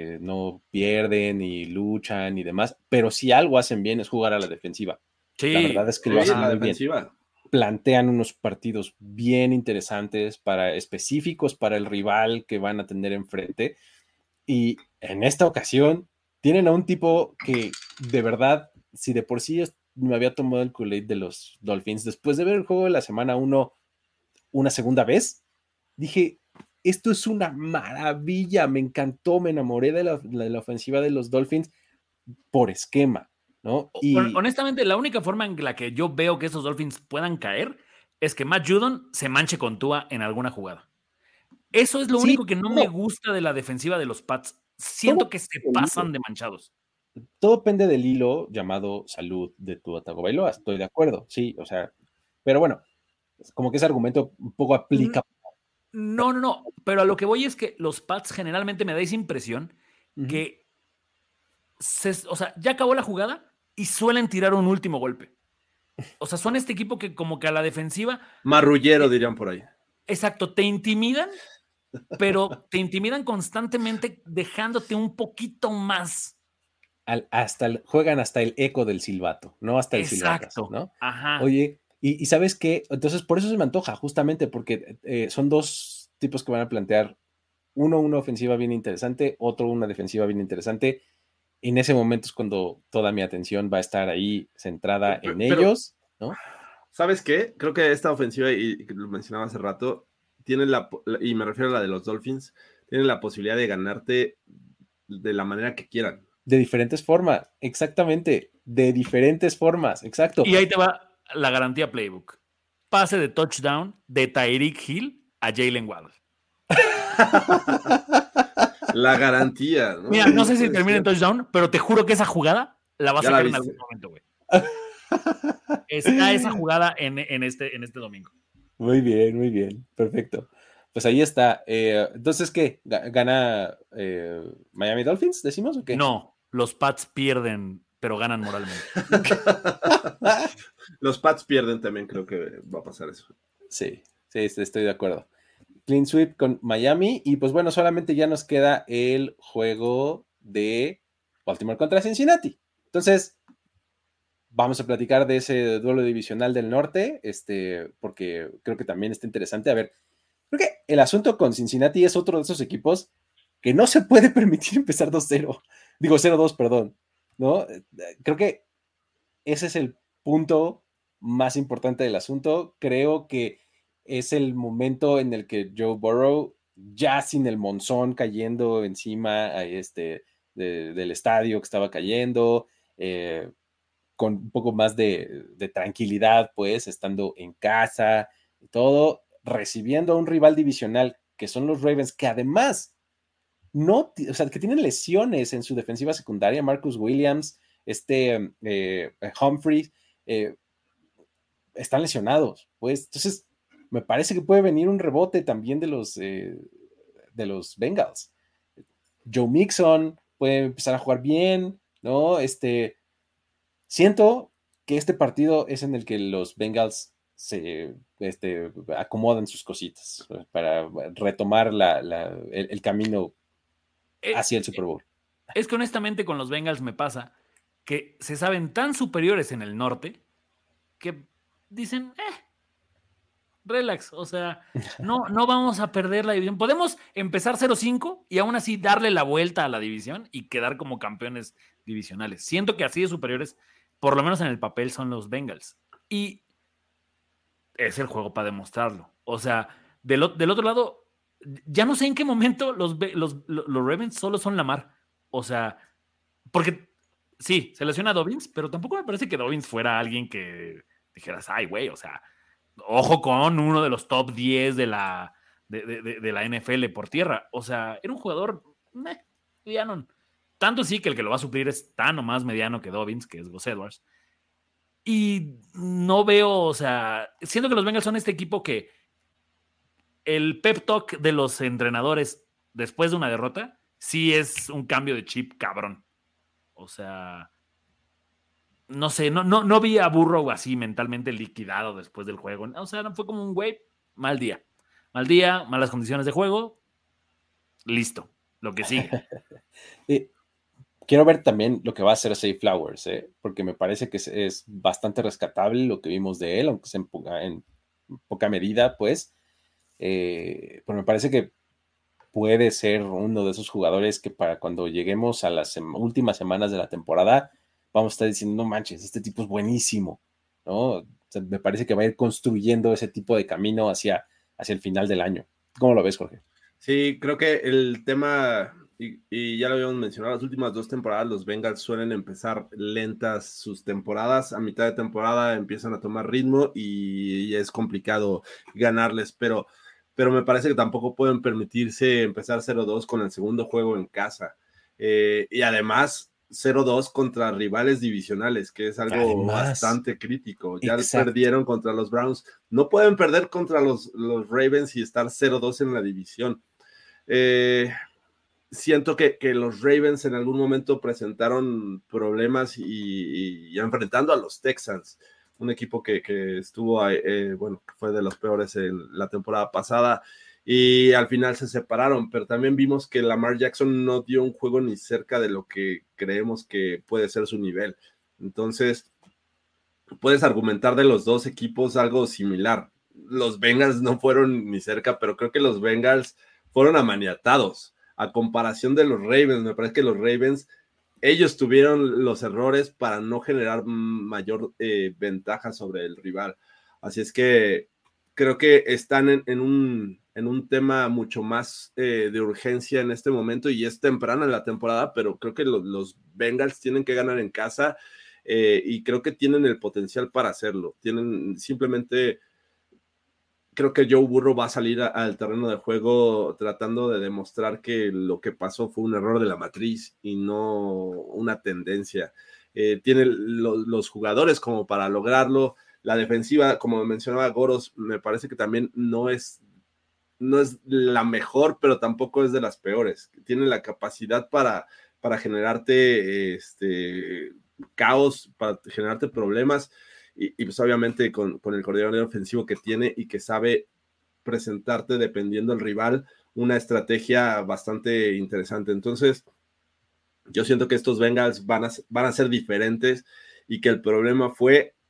pierden y luchan y demás, pero si algo hacen bien es jugar a la defensiva. Sí, la verdad es que lo hacen muy bien. Defensiva. Plantean unos partidos bien interesantes específicos para el rival que van a tener enfrente, y en esta ocasión tienen a un tipo que de verdad, si de por sí me había tomado el Kool-Aid de los Dolphins, después de ver el juego de la semana 1 una segunda vez, dije, esto es una maravilla, me encantó, me enamoré de la ofensiva de los Dolphins por esquema, ¿no? Y honestamente, la única forma en la que yo veo que esos Dolphins puedan caer es que Matt Judon se manche con Tua en alguna jugada. Eso es lo único que no me gusta de la defensiva de los Pats. Siento que se pasan de manchados. Todo depende del hilo llamado salud de Tua Tagovailoa, estoy de acuerdo, sí, o sea, pero bueno, como que ese argumento un poco aplica. No, pero a lo que voy es que los Pats generalmente me da esa impresión que ya acabó la jugada y suelen tirar un último golpe. O sea, son este equipo que como que a la defensiva... Marrullero, dirían por ahí. Exacto, te intimidan, pero te intimidan constantemente dejándote un poquito más. Juegan hasta el eco del silbato, no hasta el silbato, ¿no? Ajá. Oye, y ¿sabes qué? Entonces, por eso se me antoja, justamente porque son dos tipos que van a plantear, uno una ofensiva bien interesante, otro una defensiva bien interesante. En ese momento es cuando toda mi atención va a estar ahí centrada en ellos, ¿no? ¿Sabes qué? Creo que esta ofensiva, y lo mencionaba hace rato, tiene y me refiero a la de los Dolphins, tienen la posibilidad de ganarte de la manera que quieran. De diferentes formas, exactamente, de diferentes formas, exacto. Y ahí te va la garantía playbook. Pase de touchdown de Tyreek Hill a Jalen Waddle. La garantía, ¿no? Mira, no sé si termina en touchdown, pero te juro que esa jugada la vas a sacar en algún momento, güey. Está esa jugada en este domingo. Muy bien, perfecto. Pues ahí está. Entonces, ¿qué? ¿Gana Miami Dolphins, decimos o qué? No, los Pats pierden, pero ganan moralmente. Los Pats pierden también, creo que va a pasar eso. Sí, estoy de acuerdo. Clean sweep con Miami, y pues bueno, solamente ya nos queda el juego de Baltimore contra Cincinnati. Entonces, vamos a platicar de ese duelo divisional del norte, porque creo que también está interesante. A ver, Creo que el asunto con Cincinnati es otro de esos equipos que no se puede permitir empezar 2-0. Digo 0-2, perdón. ¿No? Creo que ese es el punto más importante del asunto. Creo que es el momento en el que Joe Burrow, ya sin el monzón cayendo encima del estadio que estaba cayendo, con un poco más de tranquilidad, pues, estando en casa y todo, recibiendo a un rival divisional que son los Ravens, que además o sea, que tienen lesiones en su defensiva secundaria, Marcus Williams, Humphries, están lesionados, pues. Entonces, me parece que puede venir un rebote también de los Bengals. Joe Mixon puede empezar a jugar bien, ¿no? Siento que este partido es en el que los Bengals se acomodan sus cositas para retomar el camino hacia el Super Bowl. Es que honestamente con los Bengals me pasa que se saben tan superiores en el norte que dicen, relax, o sea, no vamos a perder la división. Podemos empezar 0-5 y aún así darle la vuelta a la división y quedar como campeones divisionales. Siento que así de superiores, por lo menos en el papel, son los Bengals. Y es el juego para demostrarlo. O sea, del otro lado, ya no sé en qué momento los Ravens solo son Lamar. O sea, porque sí, se lesiona a Dobbins, pero tampoco me parece que Dobbins fuera alguien que dijeras, ay, güey, o sea, ojo con uno de los top 10 de la NFL por tierra. O sea, era un jugador mediano. Tanto sí que el que lo va a suplir es tan o más mediano que Dobbins, que es Gus Edwards. Y no veo, o sea, siento que los Bengals son este equipo que el pep talk de los entrenadores después de una derrota sí es un cambio de chip cabrón. O sea, no sé, no vi a Burrow así mentalmente liquidado después del juego. O sea, no fue como un güey, mal día, malas condiciones de juego, listo, lo que sigue. Quiero ver también lo que va a hacer Zay Flowers, porque me parece que es bastante rescatable lo que vimos de él, aunque sea en poca medida, pues. Pero me parece que puede ser uno de esos jugadores que para cuando lleguemos a las últimas semanas de la temporada vamos a estar diciendo, no manches, este tipo es buenísimo, ¿no? O sea, me parece que va a ir construyendo ese tipo de camino hacia el final del año. ¿Cómo lo ves, Jorge? Sí, creo que el tema, y ya lo habíamos mencionado, las últimas 2 temporadas los Bengals suelen empezar lentas sus temporadas, a mitad de temporada empiezan a tomar ritmo y es complicado ganarles, pero me parece que tampoco pueden permitirse empezar 0-2 con el segundo juego en casa. Y además 0-2 contra rivales divisionales, que es algo bastante crítico. Ya perdieron contra los Browns. No pueden perder contra los Ravens y estar 0-2 en la división. Siento que los Ravens en algún momento presentaron problemas y enfrentando a los Texans, un equipo que estuvo, bueno, que fue de los peores en la temporada pasada y al final se separaron, pero también vimos que Lamar Jackson no dio un juego ni cerca de lo que creemos que puede ser su nivel. Entonces, puedes argumentar de los dos equipos algo similar. Los Bengals no fueron ni cerca, pero creo que los Bengals fueron amaniatados. A comparación de los Ravens, me parece que los Ravens, ellos tuvieron los errores para no generar mayor ventaja sobre el rival. Así es que creo que están en un tema mucho más de urgencia en este momento y es temprana en la temporada, pero creo que los Bengals tienen que ganar en casa y creo que tienen el potencial para hacerlo. Tienen simplemente... Creo que Joe Burrow va a salir al terreno de juego tratando de demostrar que lo que pasó fue un error de la matriz y no una tendencia. Tiene los jugadores como para lograrlo. La defensiva, como mencionaba Goros, me parece que también no es la mejor, pero tampoco es de las peores. Tiene la capacidad para generarte caos, para generarte problemas. Y pues obviamente con el coordinador ofensivo que tiene y que sabe presentarte dependiendo del rival una estrategia bastante interesante. Entonces yo siento que estos Bengals van a ser diferentes y que el problema fue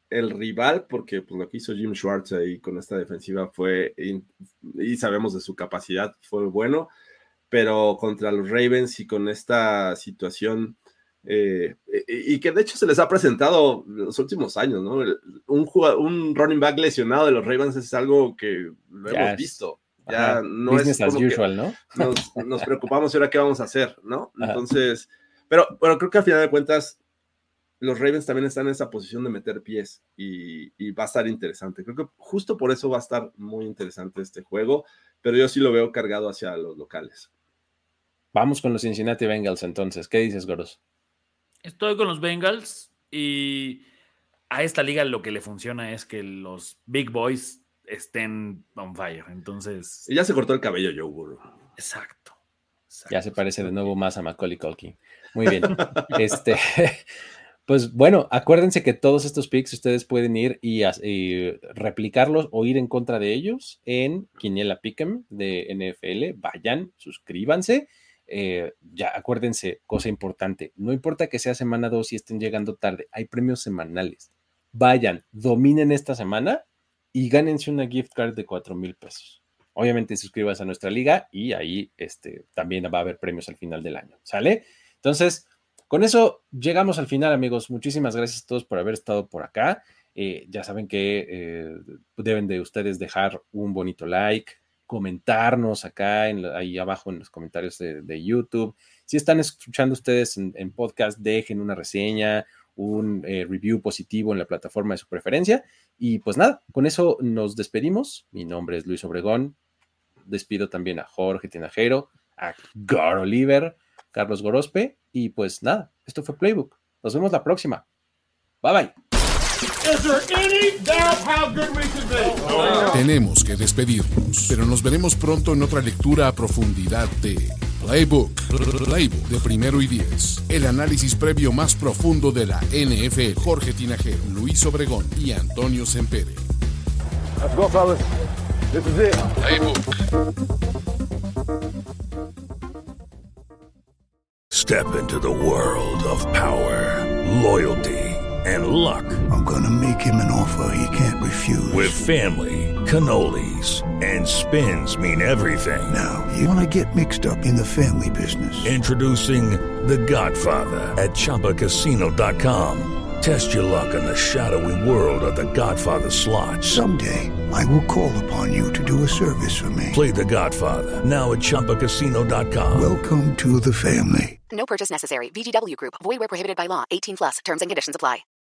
el rival, porque pues, lo que hizo Jim Schwartz ahí con esta defensiva y sabemos de su capacidad, fue bueno, pero contra los Ravens y con esta situación, y que de hecho se les ha presentado los últimos años, ¿no? Un running back lesionado de los Ravens es algo que lo hemos visto. Ya no business es as usual, ¿no? Nos preocupamos y ahora qué vamos a hacer, ¿no? Entonces, pero creo que al final de cuentas los Ravens también están en esa posición de meter pies y va a estar interesante. Creo que justo por eso va a estar muy interesante este juego, pero yo sí lo veo cargado hacia los locales. Vamos con los Cincinnati Bengals entonces. ¿Qué dices, Goros? Estoy con los Bengals y a esta liga lo que le funciona es que los Big Boys estén on fire. Entonces. Y ya se cortó el cabello, Joe Burrow. Exacto. Ya se parece de nuevo más a Macaulay Culkin. Muy bien. Pues bueno, acuérdense que todos estos picks ustedes pueden ir y replicarlos o ir en contra de ellos en Quiniela Pick'em de NFL. Vayan, suscríbanse. Ya acuérdense, cosa importante, no importa que sea semana 2 y estén llegando tarde, hay premios semanales. Vayan, dominen esta semana y gánense una gift card de $4,000. Obviamente suscríbanse a nuestra liga y ahí también va a haber premios al final del año, ¿sale? Entonces, con eso llegamos al final, amigos. Muchísimas gracias a todos por haber estado por acá. Ya saben que deben de ustedes dejar un bonito like, comentarnos acá, ahí abajo en los comentarios de YouTube. Si están escuchando ustedes en podcast, dejen una reseña, un review positivo en la plataforma de su preferencia. Y pues nada, con eso nos despedimos. Mi nombre es Luis Obregón. Despido también a Jorge Tinajero, a Gar Oliver, Carlos Gorospe. Y pues nada, esto fue Playbook. Nos vemos la próxima. Bye bye. Tenemos que despedirnos, pero nos veremos pronto en otra lectura a profundidad de Playbook de Primero y 10. El análisis previo más profundo de la NFL. Jorge Tinajero, Luis Obregón y Antonio Sempere. Let's go, fellas. This is it. Playbook. Step into the world of power, loyalty, and luck. I'm gonna make him an offer he can't refuse. With family, cannolis, and spins mean everything. Now, you wanna get mixed up in the family business. Introducing The Godfather at ChumbaCasino.com. Test your luck in the shadowy world of The Godfather slot. Someday, I will call upon you to do a service for me. Play The Godfather now at ChumbaCasino.com. Welcome to the family. No purchase necessary. VGW Group. Void where prohibited by law. 18+. Terms and conditions apply.